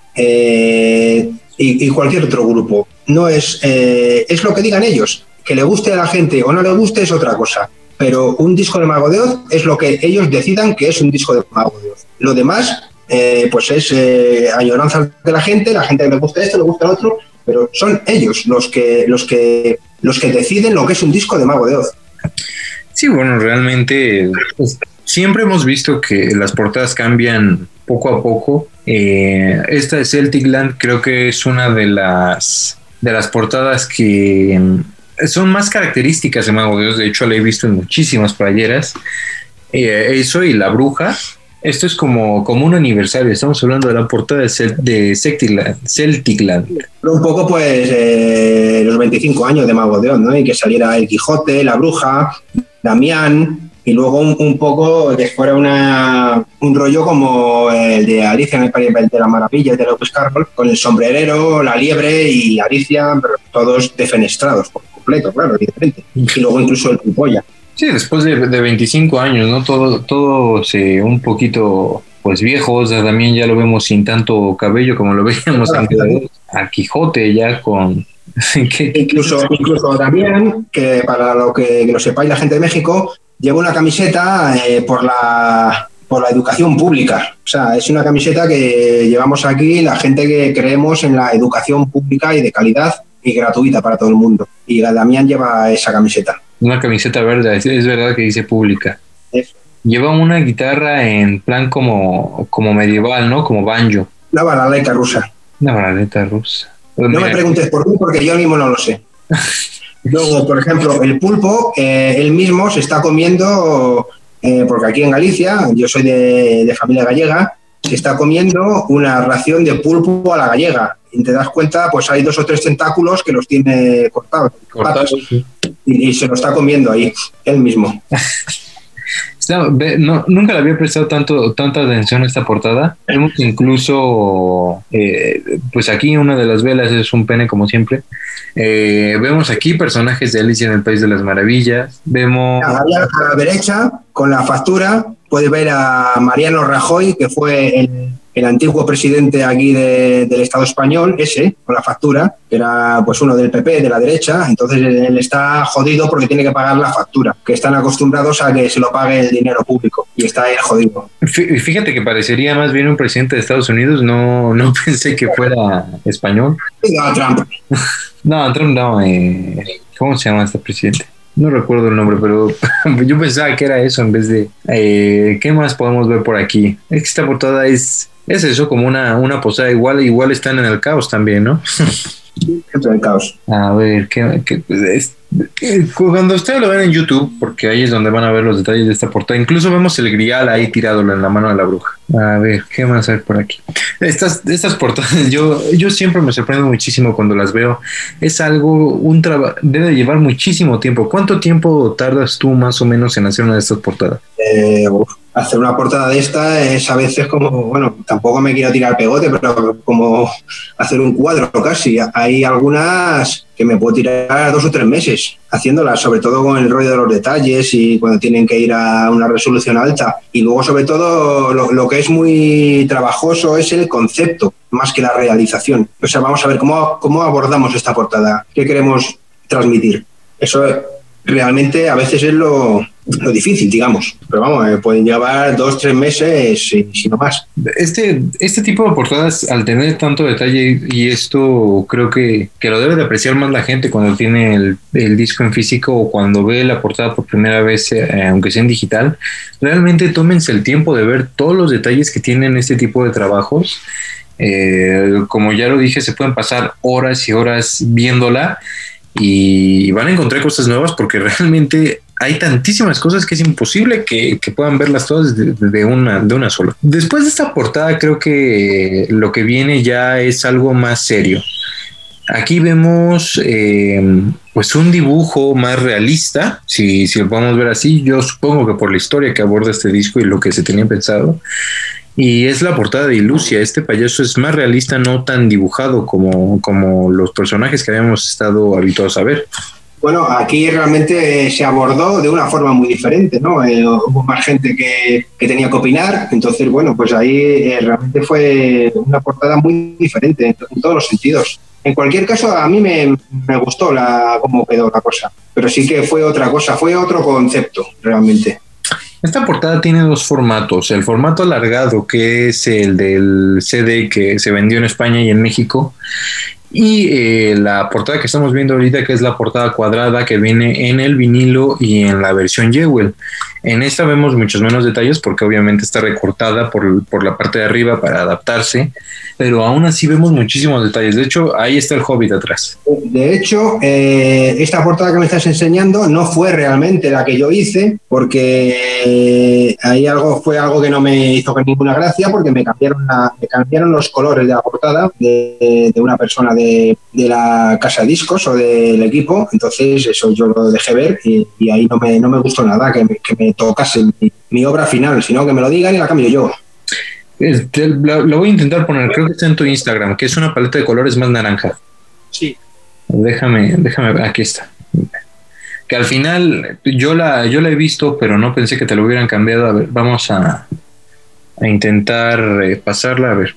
Eh, y, y cualquier otro grupo. No es, eh, es lo que digan ellos. Que le guste a la gente o no le guste es otra cosa, pero un disco de Mago de Oz es lo que ellos decidan que es un disco de Mago de Oz. Lo demás, eh, pues es eh, añoranza de la gente, la gente que le gusta esto, le gusta el otro, pero son ellos los que, los que, los que deciden lo que es un disco de Mago de Oz. Sí, bueno, realmente pues, siempre hemos visto que las portadas cambian poco a poco. Eh, esta de Celtic Land creo que es una de las, de las portadas que... son más características de Mago de Oz. De hecho, la he visto en muchísimas playeras. Eh, eso y La Bruja. Esto es como, como un aniversario. Estamos hablando de la portada de, Cel- de Celtic Land. Celtic Land. Un poco, pues, eh, los veinticinco años de Mago de Oz, ¿no? Y que saliera El Quijote, La Bruja, Damián, y luego un, un poco que fuera una, un rollo como el de Alicia en el País de las Maravillas de Lewis Carroll, con el sombrerero, la liebre y Alicia, pero todos defenestrados por completo, claro, evidentemente. Y luego incluso el Pipolla. Sí, después de, de veinticinco años, ¿no? Todo, todo se un poquito, pues viejo. O sea, también ya lo vemos sin tanto cabello como lo veíamos Ah, antes. Claro. A Quijote ya con... ¿Qué, incluso, qué? incluso Damián, que para lo que, que lo sepáis la gente de México, lleva una camiseta eh, por la por la educación pública. O sea, es una camiseta que llevamos aquí la gente que creemos en la educación pública y de calidad y gratuita para todo el mundo. Y Damián lleva esa camiseta. Una camiseta verde, es, es verdad que dice pública. Eso. Lleva una guitarra en plan como, como medieval, ¿no? Como banjo. La balalaika rusa. Una balalaika rusa. Pues no mira, me preguntes por qué, porque yo mismo no lo sé. Luego, por ejemplo, el pulpo, eh, él mismo se está comiendo, eh, porque aquí en Galicia, yo soy de, de familia gallega, se está comiendo una ración de pulpo a la gallega. Y te das cuenta, pues hay dos o tres tentáculos que los tiene cortados, Cortados, sí. y, y se lo está comiendo ahí, él mismo. Está- ve- no, nunca le había prestado tanto, tanta atención a esta portada. Vemos que incluso, eh, pues aquí una de las velas es un pene como siempre. Eh, vemos aquí personajes de Alicia en el País de las Maravillas. Vemos... Ahí a la derecha, con la factura, puedes ver a Mariano Rajoy, que fue el, el antiguo presidente aquí de- del Estado español, ese, con la factura, que era pues uno del P P, de la derecha. Entonces él está jodido porque tiene que pagar la factura, que están acostumbrados a que se lo pague el dinero público, y está él jodido. Fí- Fíjate que parecería más bien un presidente de Estados Unidos. No, no pensé que fuera español. Y Donald Trump. No, Trump no. Eh, ¿cómo se llama este presidente? No recuerdo el nombre, pero yo pensaba que era eso en vez de... Eh, ¿qué más podemos ver por aquí? Es que esta portada es... Es eso, como una, una posada. Igual, igual están en el caos también, ¿no? Dentro del caos. A ver, ¿qué, qué- es- eh, cuando ustedes lo ven en YouTube, porque ahí es donde van a ver los detalles de esta portada, incluso vemos el grial ahí tirado en la mano de la bruja. A ver, ¿qué más hay por aquí? Estas, estas portadas, yo, yo siempre me sorprendo muchísimo cuando las veo. Es algo, un trabajo, debe llevar muchísimo tiempo. ¿Cuánto tiempo tardas tú más o menos en hacer una de estas portadas? Eh, uf, hacer una portada de esta es a veces como, bueno, tampoco me quiero tirar pegote, pero como hacer un cuadro casi. Hay algunas que me puedo tirar dos o tres meses haciéndolas, sobre todo con el rollo de los detalles y cuando tienen que ir a una resolución alta. Y luego, sobre todo, lo, lo que es muy trabajoso es el concepto, más que la realización. O sea, vamos a ver cómo, cómo abordamos esta portada, qué queremos transmitir. Eso realmente a veces es lo, lo difícil, digamos. Pero vamos, eh, pueden llevar dos, tres meses, y, si no más. Este, este tipo de portadas, al tener tanto detalle, y esto creo que, que lo debe de apreciar más la gente cuando tiene el, el disco en físico o cuando ve la portada por primera vez, eh, aunque sea en digital, realmente tómense el tiempo de ver todos los detalles que tienen este tipo de trabajos. Eh, como ya lo dije, se pueden pasar horas y horas viéndola y van a encontrar cosas nuevas porque realmente hay tantísimas cosas que es imposible que, que puedan verlas todas de, de una, de una sola. Después de esta portada creo que lo que viene ya es algo más serio. Aquí vemos eh, pues un dibujo más realista, si, si lo podemos ver así. Yo supongo que por la historia que aborda este disco y lo que se tenía pensado. Y es la portada de Ilusia. Este payaso es más realista, no tan dibujado como, como los personajes que habíamos estado habituados a ver. Bueno, aquí realmente se abordó de una forma muy diferente, ¿no? Eh, hubo más gente que, que tenía que opinar, entonces, bueno, pues ahí eh, realmente fue una portada muy diferente en, en todos los sentidos. En cualquier caso, a mí me, me gustó la, cómo quedó la cosa, pero sí que fue otra cosa, fue otro concepto, realmente. Esta portada tiene dos formatos. El formato alargado, que es el del C D que se vendió en España y en México, y eh, la portada que estamos viendo ahorita, que es la portada cuadrada que viene en el vinilo y en la versión Jewel. En esta vemos muchos menos detalles porque obviamente está recortada por, por la parte de arriba para adaptarse, pero aún así vemos muchísimos detalles. De hecho, ahí está el Hobbit atrás. De hecho, eh, esta portada que me estás enseñando no fue realmente la que yo hice, porque ahí algo fue algo que no me hizo ninguna gracia, porque me cambiaron, la, me cambiaron los colores de la portada de, de una persona de, de la casa de discos o del equipo. Entonces eso yo lo dejé ver y, y ahí no me, no me gustó nada que me, que me tocase mi, mi obra final, sino que me lo digan y la cambio yo. Este, lo, lo voy a intentar poner, creo que está en tu Instagram, que es una paleta de colores más naranja. Sí. Déjame, déjame ver, aquí está. Que al final yo la, yo la he visto, pero no pensé que te lo hubieran cambiado. A ver, vamos a, a intentar eh, pasarla, a ver.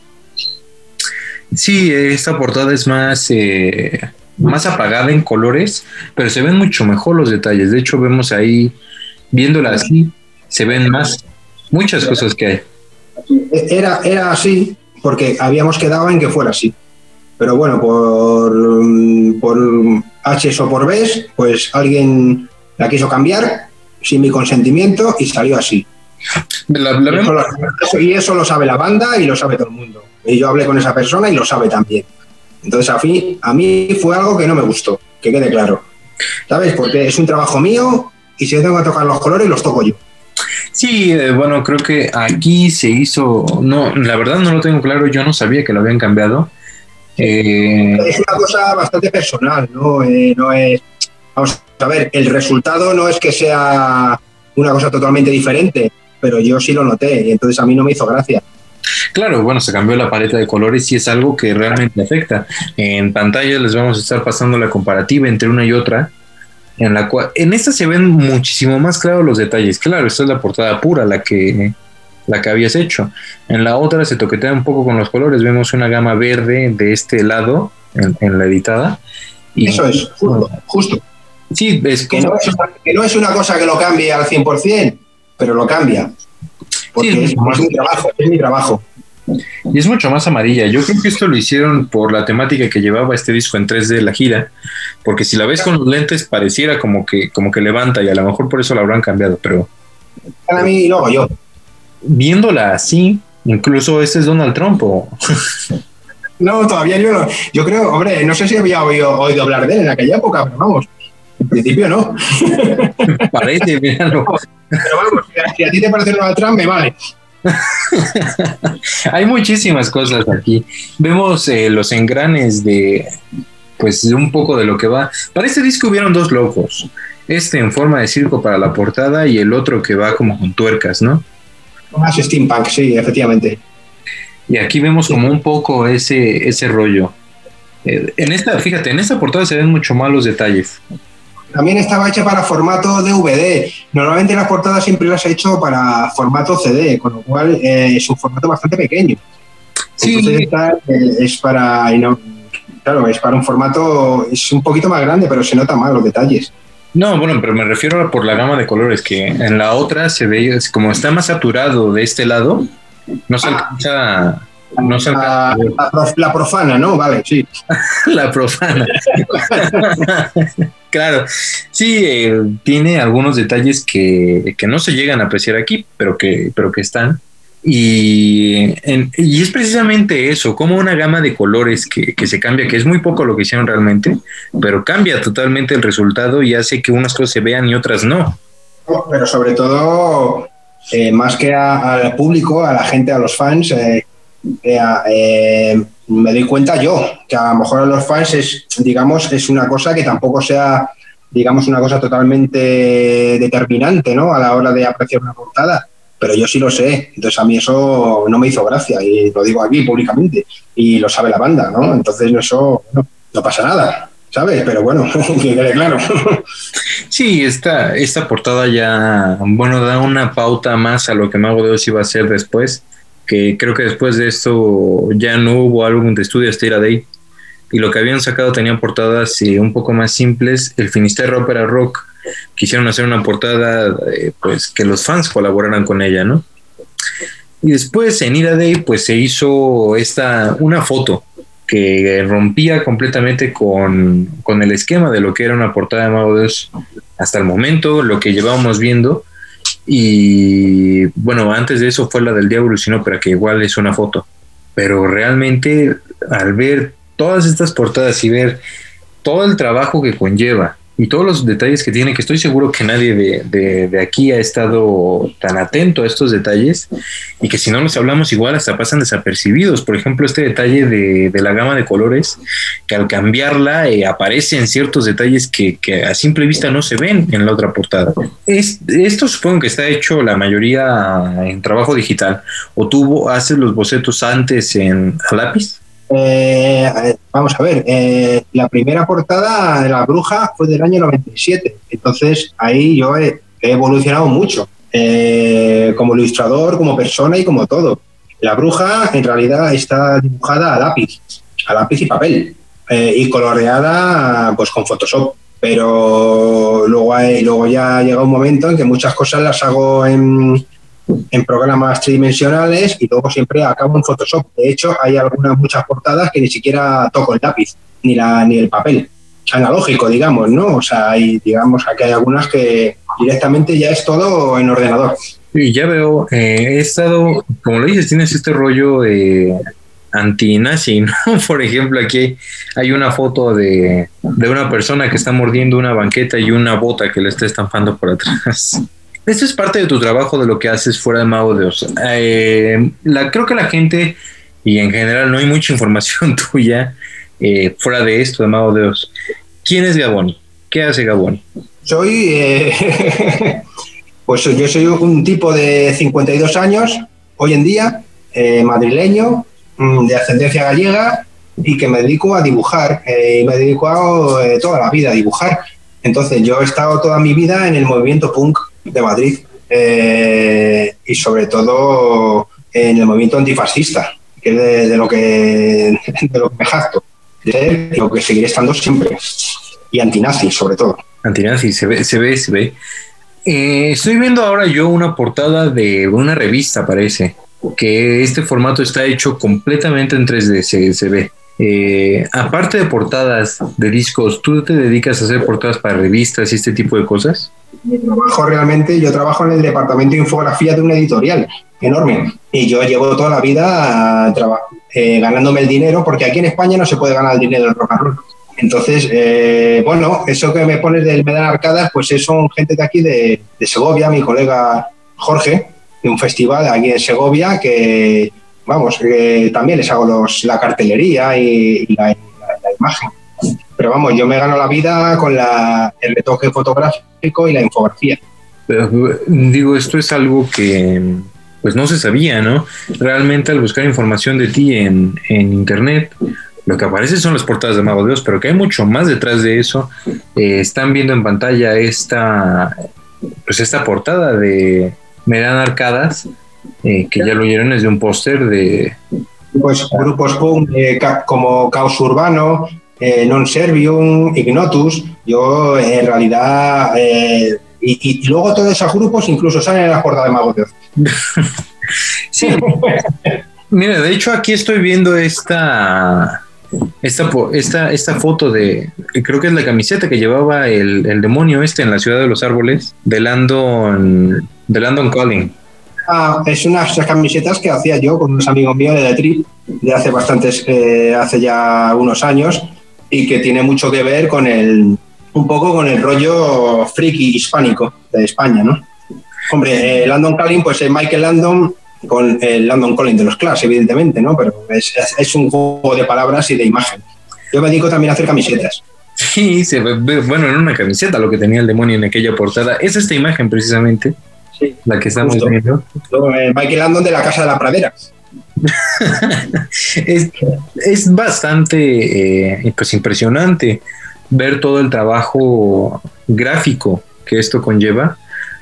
Sí, esta portada es más, eh, más apagada en colores, pero se ven mucho mejor los detalles. De hecho, vemos ahí, viéndola así, se ven más, muchas cosas que hay. Era, era así porque habíamos quedado en que fuera así. Pero bueno, por, por H o por B, pues alguien la quiso cambiar sin mi consentimiento y salió así. La, la y, eso lo, y eso lo sabe la banda y lo sabe todo el mundo. Y yo hablé con esa persona y lo sabe también. Entonces a mí, a mí fue algo que no me gustó, que quede claro. ¿Sabes? Porque es un trabajo mío y si yo tengo que tocar los colores, los toco yo. Sí, eh, bueno, creo que aquí se hizo, no, la verdad no lo tengo claro, yo no sabía que lo habían cambiado. Eh, Es una cosa bastante personal, ¿no? Eh, no es, vamos a ver, el resultado no es que sea una cosa totalmente diferente, pero yo sí lo noté y entonces a mí no me hizo gracia. Claro, bueno, se cambió la paleta de colores y es algo que realmente afecta. En pantalla les vamos a estar pasando la comparativa entre una y otra, en la cual, en esta se ven muchísimo más claros los detalles. Claro, esta es la portada pura, la que, la que habías hecho. En la otra se toquetea un poco con los colores, vemos una gama verde de este lado, en, en la editada. Y, Eso es, justo, justo. Sí, es Que como... no es, una, que no es una cosa que lo cambie al cien por ciento, pero lo cambia. Porque Sí, es, es mi trabajo, es mi trabajo. Y es mucho más amarilla. Yo creo que esto lo hicieron por la temática que llevaba este disco en tres D, la gira, porque si la ves con los lentes pareciera como que, como que levanta y a lo mejor por eso la habrán cambiado, pero Para mí, lo hago yo. viéndola así, incluso este es Donald Trump. O... No, todavía yo no. Yo creo, hombre, no sé si había oído, oído hablar de él en aquella época, pero vamos, en principio no. Parece, míralo. Pero vamos, si a ti te parece Donald Trump, me vale. Hay muchísimas cosas aquí. Vemos eh, los engranes de, pues, de un poco de lo que va. Para este disco hubieron dos logos. Este en forma de circo para la portada y el otro que va como con tuercas, ¿no? Más steampunk, sí, efectivamente. Y aquí vemos como un poco ese, ese rollo. Eh, en esta, fíjate, en esta portada se ven mucho más los detalles. También estaba hecha para formato D V D. Normalmente las portadas siempre las he hecho para formato C D, con lo cual eh, es un formato bastante pequeño. Sí. Entonces esta, eh, es para, no, claro, es para un formato, es un poquito más grande, pero se nota más los detalles. No, bueno, pero me refiero a por la gama de colores, que en la otra se ve, es como está más saturado de este lado, no se alcanza... No se la, alcanza la, la profana, ¿no? Vale, sí. la profana. Claro, sí, eh, tiene algunos detalles que, que no se llegan a apreciar aquí, pero que, pero que están. Y, en, y es precisamente eso, como una gama de colores que, que se cambia, que es muy poco lo que hicieron realmente, pero cambia totalmente el resultado y hace que unas cosas se vean y otras no. Pero sobre todo, eh, más que a, al público, a la gente, a los fans, eh, eh, eh, me doy cuenta yo, que a lo mejor a los fans es, digamos, es una cosa que tampoco sea, digamos, una cosa totalmente determinante, ¿no? A la hora de apreciar una portada. Pero yo sí lo sé, entonces a mí eso no me hizo gracia y lo digo aquí públicamente y lo sabe la banda, ¿no? Entonces eso no, no pasa nada, ¿sabes? Pero bueno, que quede claro. Sí, esta, esta portada ya, bueno, da una pauta más a lo que Mago de Oz iba a hacer después, que creo que después de esto ya no hubo álbum de estudio hasta Ira Day, y lo que habían sacado tenían portadas eh, un poco más simples. El Finisterre Opera Rock quisieron hacer una portada eh, pues que los fans colaboraran con ella, ¿no? Y después en Ira Day pues se hizo esta una foto que rompía completamente con, con el esquema de lo que era una portada de Mago de Oz hasta el momento, lo que llevábamos viendo. Y bueno, antes de eso fue la del Diablo sin Ópera, que igual es una foto, pero realmente al ver todas estas portadas y ver todo el trabajo que conlleva y todos los detalles que tiene, que estoy seguro que nadie de, de, de aquí ha estado tan atento a estos detalles, y que si no los hablamos igual hasta pasan desapercibidos. Por ejemplo, este detalle de, de la gama de colores, que al cambiarla eh, aparecen ciertos detalles que, que a simple vista no se ven en la otra portada. Es, esto supongo que está hecho la mayoría en trabajo digital, o tú haces los bocetos antes en a lápiz. Eh, vamos a ver, eh, la primera portada de La Bruja fue del año noventa y siete, entonces ahí yo he, he evolucionado mucho, eh, como ilustrador, como persona y como todo. La Bruja en realidad está dibujada a lápiz, a lápiz y papel, eh, y coloreada pues con Photoshop, pero luego, hay, luego ya llega un momento en que muchas cosas las hago en... en programas tridimensionales y luego siempre acabo en Photoshop. De hecho, hay algunas muchas portadas que ni siquiera toco el lápiz, ni la ni el papel analógico, digamos, ¿no? O sea, hay, digamos, aquí hay algunas que directamente ya es todo en ordenador. Y ya veo, eh, he estado, como lo dices, tienes este rollo de anti-nazi, ¿no? Por ejemplo, aquí hay una foto de, de una persona que está mordiendo una banqueta y una bota que le está estampando por atrás. Esto es parte de tu trabajo, de lo que haces fuera de Mago de Oz. Eh, la, creo que la gente, y en general no hay mucha información tuya eh, fuera de esto de Mago de Oz. ¿Quién es Gaboni? ¿Qué hace Gaboni? Soy, eh, pues yo soy un tipo de cincuenta y dos años, hoy en día, eh, madrileño, de ascendencia gallega, y que me dedico a dibujar, eh, y me dedico a, eh, toda la vida a dibujar. Entonces yo he estado toda mi vida en el movimiento punk de Madrid, eh, y sobre todo en el movimiento antifascista, que es de, de, lo, que, de lo que me jacto, de ser, lo que seguiré estando siempre, y antinazi sobre todo. Antinazi, se ve, se ve, se ve. Eh, estoy viendo ahora yo una portada de una revista, parece, que este formato está hecho completamente en tres D, se, se ve. Eh, aparte de portadas de discos, ¿tú te dedicas a hacer portadas para revistas y este tipo de cosas? Mi trabajo realmente, yo trabajo en el departamento de infografía de una editorial enorme, y yo llevo toda la vida traba- eh, ganándome el dinero, porque aquí en España no se puede ganar el dinero del rock and roll. Entonces, eh, bueno, eso que me pones del Medan Arcadas, pues son gente de aquí de, de Segovia, mi colega Jorge, de un festival aquí en Segovia, que vamos, que también les hago los, la cartelería y, y, la, y la, la imagen. Pero vamos, yo me gano la vida con la, el retoque fotográfico y la infografía. Pero, digo, esto es algo que pues no se sabía, ¿no? Realmente al buscar información de ti en, en internet, lo que aparece son las portadas de Mago de Oz, pero que hay mucho más detrás de eso. Eh, están viendo en pantalla esta, pues esta portada de Medan Arcadas, eh, que ya lo oyeron, es de un póster de... Pues grupos punk eh, ca- como Caos Urbano, eh, Non Servium, Ignotus. Yo en realidad... Eh, y, y luego todos esos grupos incluso salen en las portadas de Mago de Oz. Sí. Mira, de hecho aquí estoy viendo esta... Esta, esta, esta foto de, creo que es la camiseta que llevaba el, el demonio este en la ciudad de los árboles, de Landon, de Landon Calling. Ah, es unas camisetas que hacía yo con unos amigos míos de The Trip de hace bastantes, eh, hace ya unos años, y que tiene mucho que ver con el, un poco con el rollo friki hispánico de España, ¿no? Hombre, eh, Landon Calling, pues es Michael Landon con el Landon Calling de los Clash, evidentemente, ¿no? Pero es, es, es un juego de palabras y de imagen. Yo me dedico también a hacer camisetas. Sí, se ve, bueno, en una camiseta lo que tenía el demonio en aquella portada. Es esta imagen precisamente, sí, la que estamos justo viendo. Eh, Michael Landon de la Casa de la Pradera. es, es bastante eh, pues impresionante ver todo el trabajo gráfico que esto conlleva.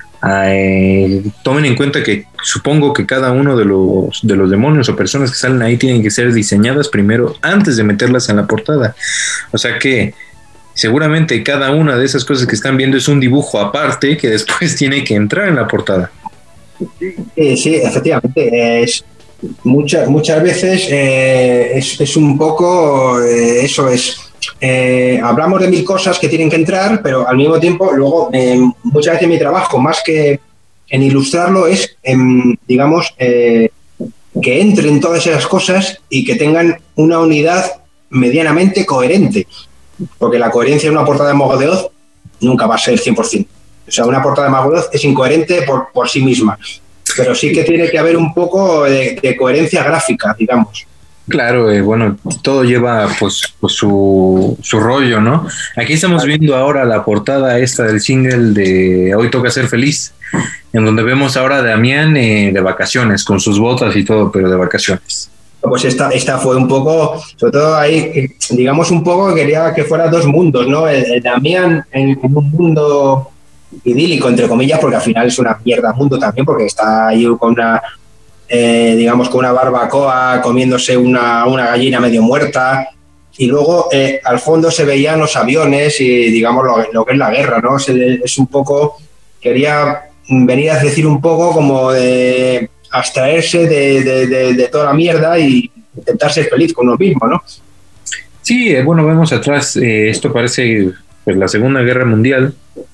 Eh, tomen en cuenta que supongo que cada uno de los de los demonios o personas que salen ahí tienen que ser diseñadas primero antes de meterlas en la portada, o sea que seguramente cada una de esas cosas que están viendo es un dibujo aparte que después tiene que entrar en la portada. Sí, sí, efectivamente, es muchas muchas veces eh, es, es un poco eh, eso es Eh, hablamos de mil cosas que tienen que entrar, pero al mismo tiempo luego eh, muchas veces mi trabajo, más que en ilustrarlo, es en, digamos eh, que entren todas esas cosas y que tengan una unidad medianamente coherente, porque la coherencia de una portada de Mago de Oz nunca va a ser cien por ciento. O sea, una portada de Mago de Oz es incoherente por, por sí misma, pero sí que tiene que haber un poco de, de coherencia gráfica, digamos. Claro, eh, bueno, todo lleva pues, pues su, su rollo, ¿no? Aquí estamos viendo ahora la portada esta del single de Hoy Toca Ser Feliz, en donde vemos ahora a Damián eh, de vacaciones, con sus botas y todo, pero de vacaciones. Pues esta, esta fue un poco, sobre todo ahí, digamos un poco, quería que fuera dos mundos, ¿no? El, el Damián en, en un mundo idílico, entre comillas, porque al final es una mierda mundo también, porque está ahí con una... Eh, digamos con una barbacoa comiéndose una, una gallina medio muerta, y luego eh, al fondo se veían los aviones y digamos lo, lo que es la guerra, ¿no? Es, es un poco, quería venir a decir un poco como de abstraerse de, de, de, de toda la mierda y intentar ser feliz con uno mismo, ¿no? Sí, eh, bueno, vemos atrás, eh, esto parece pues la Segunda Guerra Mundial.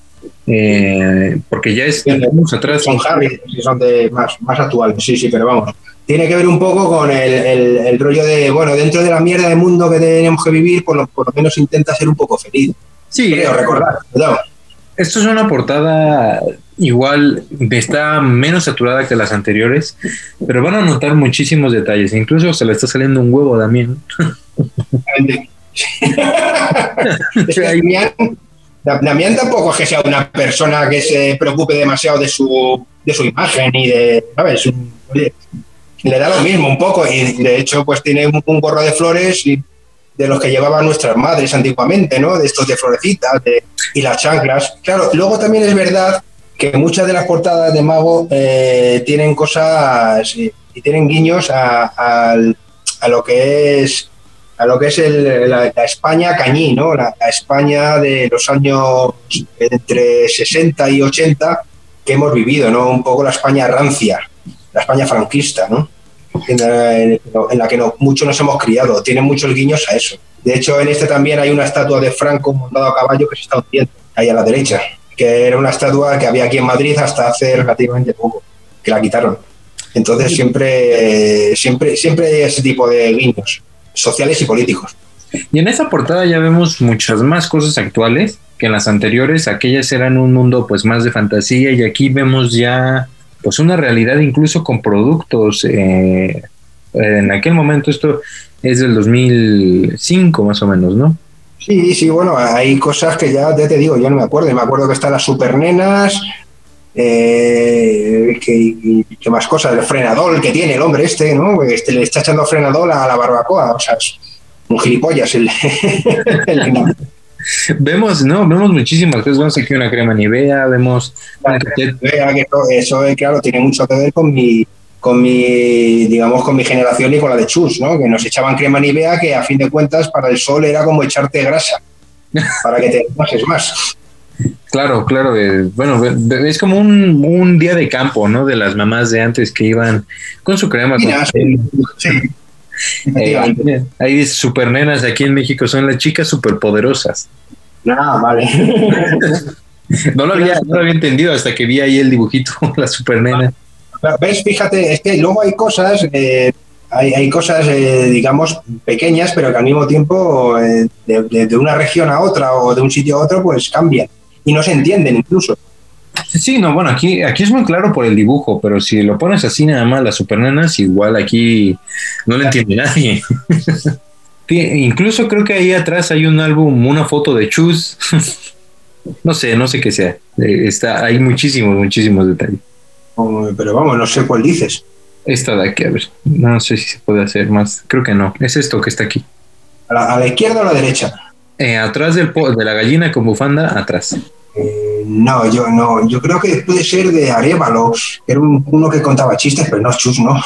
Eh, porque ya es vamos atrás son Harry, son de más, más actuales, sí, sí, pero vamos, tiene que ver un poco con el, el, el rollo de, bueno, dentro de la mierda de mundo que tenemos que vivir, por lo, por lo menos intenta ser un poco feliz. Sí, creo recordar, perdón. Esto es una portada igual, está menos saturada que las anteriores, pero van a notar muchísimos detalles. Incluso se le está saliendo un huevo a Damián. Damián, Damián tampoco es que sea una persona que se preocupe demasiado de su, de su imagen y de, ¿sabes? Oye, le da lo mismo un poco y de hecho pues tiene un, un gorro de flores y de los que llevaban nuestras madres antiguamente, ¿no? De estos de florecitas de, y las chanclas. Claro, luego también es verdad que muchas de las portadas de Mago eh, tienen cosas y, y tienen guiños a, a, a lo que es a lo que es el, la, la España cañí, ¿no? La, la España de los años entre sesenta y ochenta que hemos vivido, ¿no? Un poco la España rancia, la España franquista, ¿no? En la, en la que no, muchos nos hemos criado. Tiene muchos guiños a eso. De hecho, en este también hay una estatua de Franco montado a caballo que se está hundiendo, ahí a la derecha, que era una estatua que había aquí en Madrid hasta hace relativamente poco, que la quitaron. Entonces siempre, siempre, siempre hay ese tipo de guiños sociales y políticos. Y en esa portada ya vemos muchas más cosas actuales que en las anteriores. Aquellas eran un mundo pues más de fantasía y aquí vemos ya pues una realidad incluso con productos. Eh, en aquel momento, esto es del dos mil cinco más o menos, ¿no? Sí, sí, bueno, hay cosas que ya, ya te digo, yo no me acuerdo. Me acuerdo que están las supernenas, eh, que, que más cosas, el frenador que tiene el hombre este, ¿no? Este le está echando frenador a la barbacoa, o sea, es un gilipollas. El, el, Vemos, no, vemos muchísimas cosas. Vemos aquí una crema Nivea, vemos una Nivea, que eso, claro, tiene mucho que ver con mi, con mi, digamos, con mi generación y con la de Chus, ¿no? Que nos echaban crema Nivea que a fin de cuentas para el sol era como echarte grasa para que te pases más. Claro, claro. Eh, bueno, es como un, un día de campo, ¿no? De las mamás de antes que iban con su crema. Mira, con... sí. Eh, hay super nenas aquí en México, son las chicas superpoderosas. Ah, vale. No lo había, no lo había entendido hasta que vi ahí el dibujito, la super nena. ¿Ves? Fíjate, es que luego hay cosas, eh, hay, hay cosas, eh, digamos, pequeñas, pero que al mismo tiempo eh, de, de, de una región a otra o de un sitio a otro, pues cambian y no se entienden incluso. Sí, no, bueno, aquí, aquí es muy claro por el dibujo, pero si lo pones así nada más, las supernenas, igual aquí no le entiende nadie. Incluso creo que ahí atrás hay un álbum, una foto de Chus. No sé, no sé qué sea. Está, hay muchísimos, muchísimos detalles. Oh, pero vamos, no sé cuál dices. Esta de aquí, a ver, no sé si se puede hacer más. Creo que no, es esto que está aquí. ¿A la, a la izquierda o a la derecha? Eh, atrás del po- de la gallina con bufanda, atrás. Eh, no, yo no, yo creo que puede ser de Arévalo, era un, uno que contaba chistes, pero no Chus, ¿no?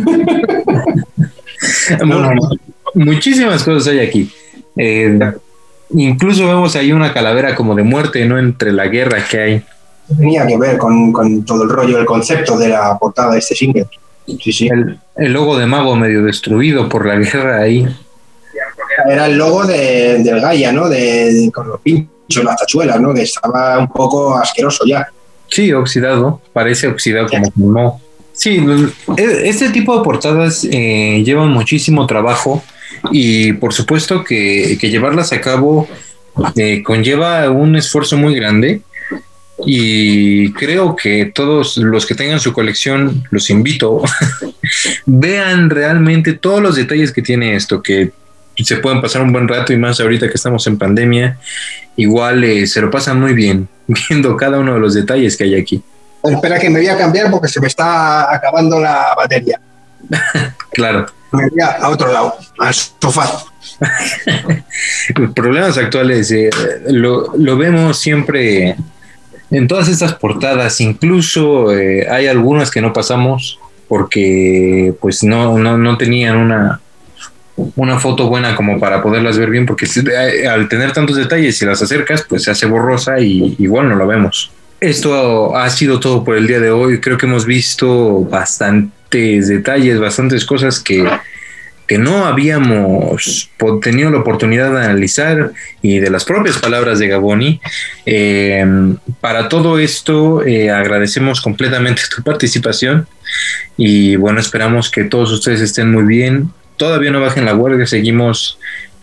no, no, no. Muchísimas cosas hay aquí. Eh, incluso vemos ahí una calavera como de muerte, ¿no? Entre la guerra que hay. Tenía que ver con, con todo el rollo, el concepto de la portada de este single. Sí, sí. El, el logo de Mago medio destruido por la guerra ahí. Era el logo de, del Gaia, ¿no? De, de, con los pinchos, las tachuelas, ¿no? Que estaba un poco asqueroso ya. Sí, oxidado. Parece oxidado como que no. Sí, este tipo de portadas eh, llevan muchísimo trabajo y por supuesto que, que llevarlas a cabo eh, conlleva un esfuerzo muy grande. Y creo que todos los que tengan su colección, los invito, vean realmente todos los detalles que tiene esto, que se pueden pasar un buen rato y más ahorita que estamos en pandemia, igual eh, se lo pasan muy bien viendo cada uno de los detalles que hay aquí. Espera que me voy a cambiar porque se me está acabando la batería. Claro. Me voy a otro lado, al sofá. Los problemas actuales eh, lo, lo vemos siempre en todas estas portadas, incluso eh, hay algunas que no pasamos porque pues no, no, no tenían una, una foto buena como para poderlas ver bien, porque al tener tantos detalles, si las acercas, pues se hace borrosa y igual no lo vemos. Esto ha sido todo por el día de hoy. Creo que hemos visto bastantes detalles, bastantes cosas que que no habíamos tenido la oportunidad de analizar y de las propias palabras de Gaboni. Eh, para todo esto eh, agradecemos completamente tu participación y bueno, esperamos que todos ustedes estén muy bien. Todavía no bajen la guardia, seguimos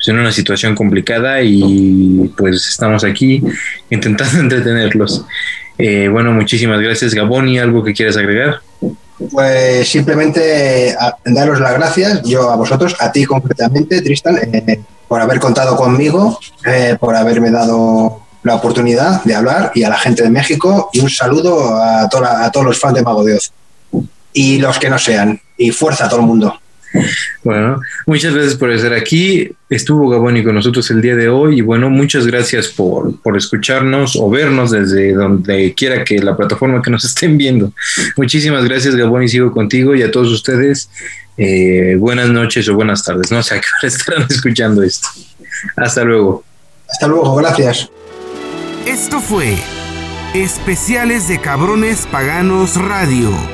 pues, en una situación complicada y pues estamos aquí intentando entretenerlos. Eh, bueno, muchísimas gracias, Gaboni. ¿Algo que quieras agregar? Pues simplemente a, daros las gracias, yo a vosotros, a ti concretamente, Tristan, eh, por haber contado conmigo, eh, por haberme dado la oportunidad de hablar, y a la gente de México, y un saludo a, toda, a todos los fans de Mago de Oz y los que no sean, y fuerza a todo el mundo. Bueno, muchas gracias por estar aquí. Estuvo Gaboni con nosotros el día de hoy y bueno, muchas gracias por, por escucharnos o vernos desde donde quiera que la plataforma que nos estén viendo. Muchísimas gracias, Gaboni, sigo contigo, y a todos ustedes eh, buenas noches o buenas tardes, no sé a qué hora estarán escuchando esto. Hasta luego. Hasta luego, gracias. Esto fue Especiales de Cabrones Paganos Radio.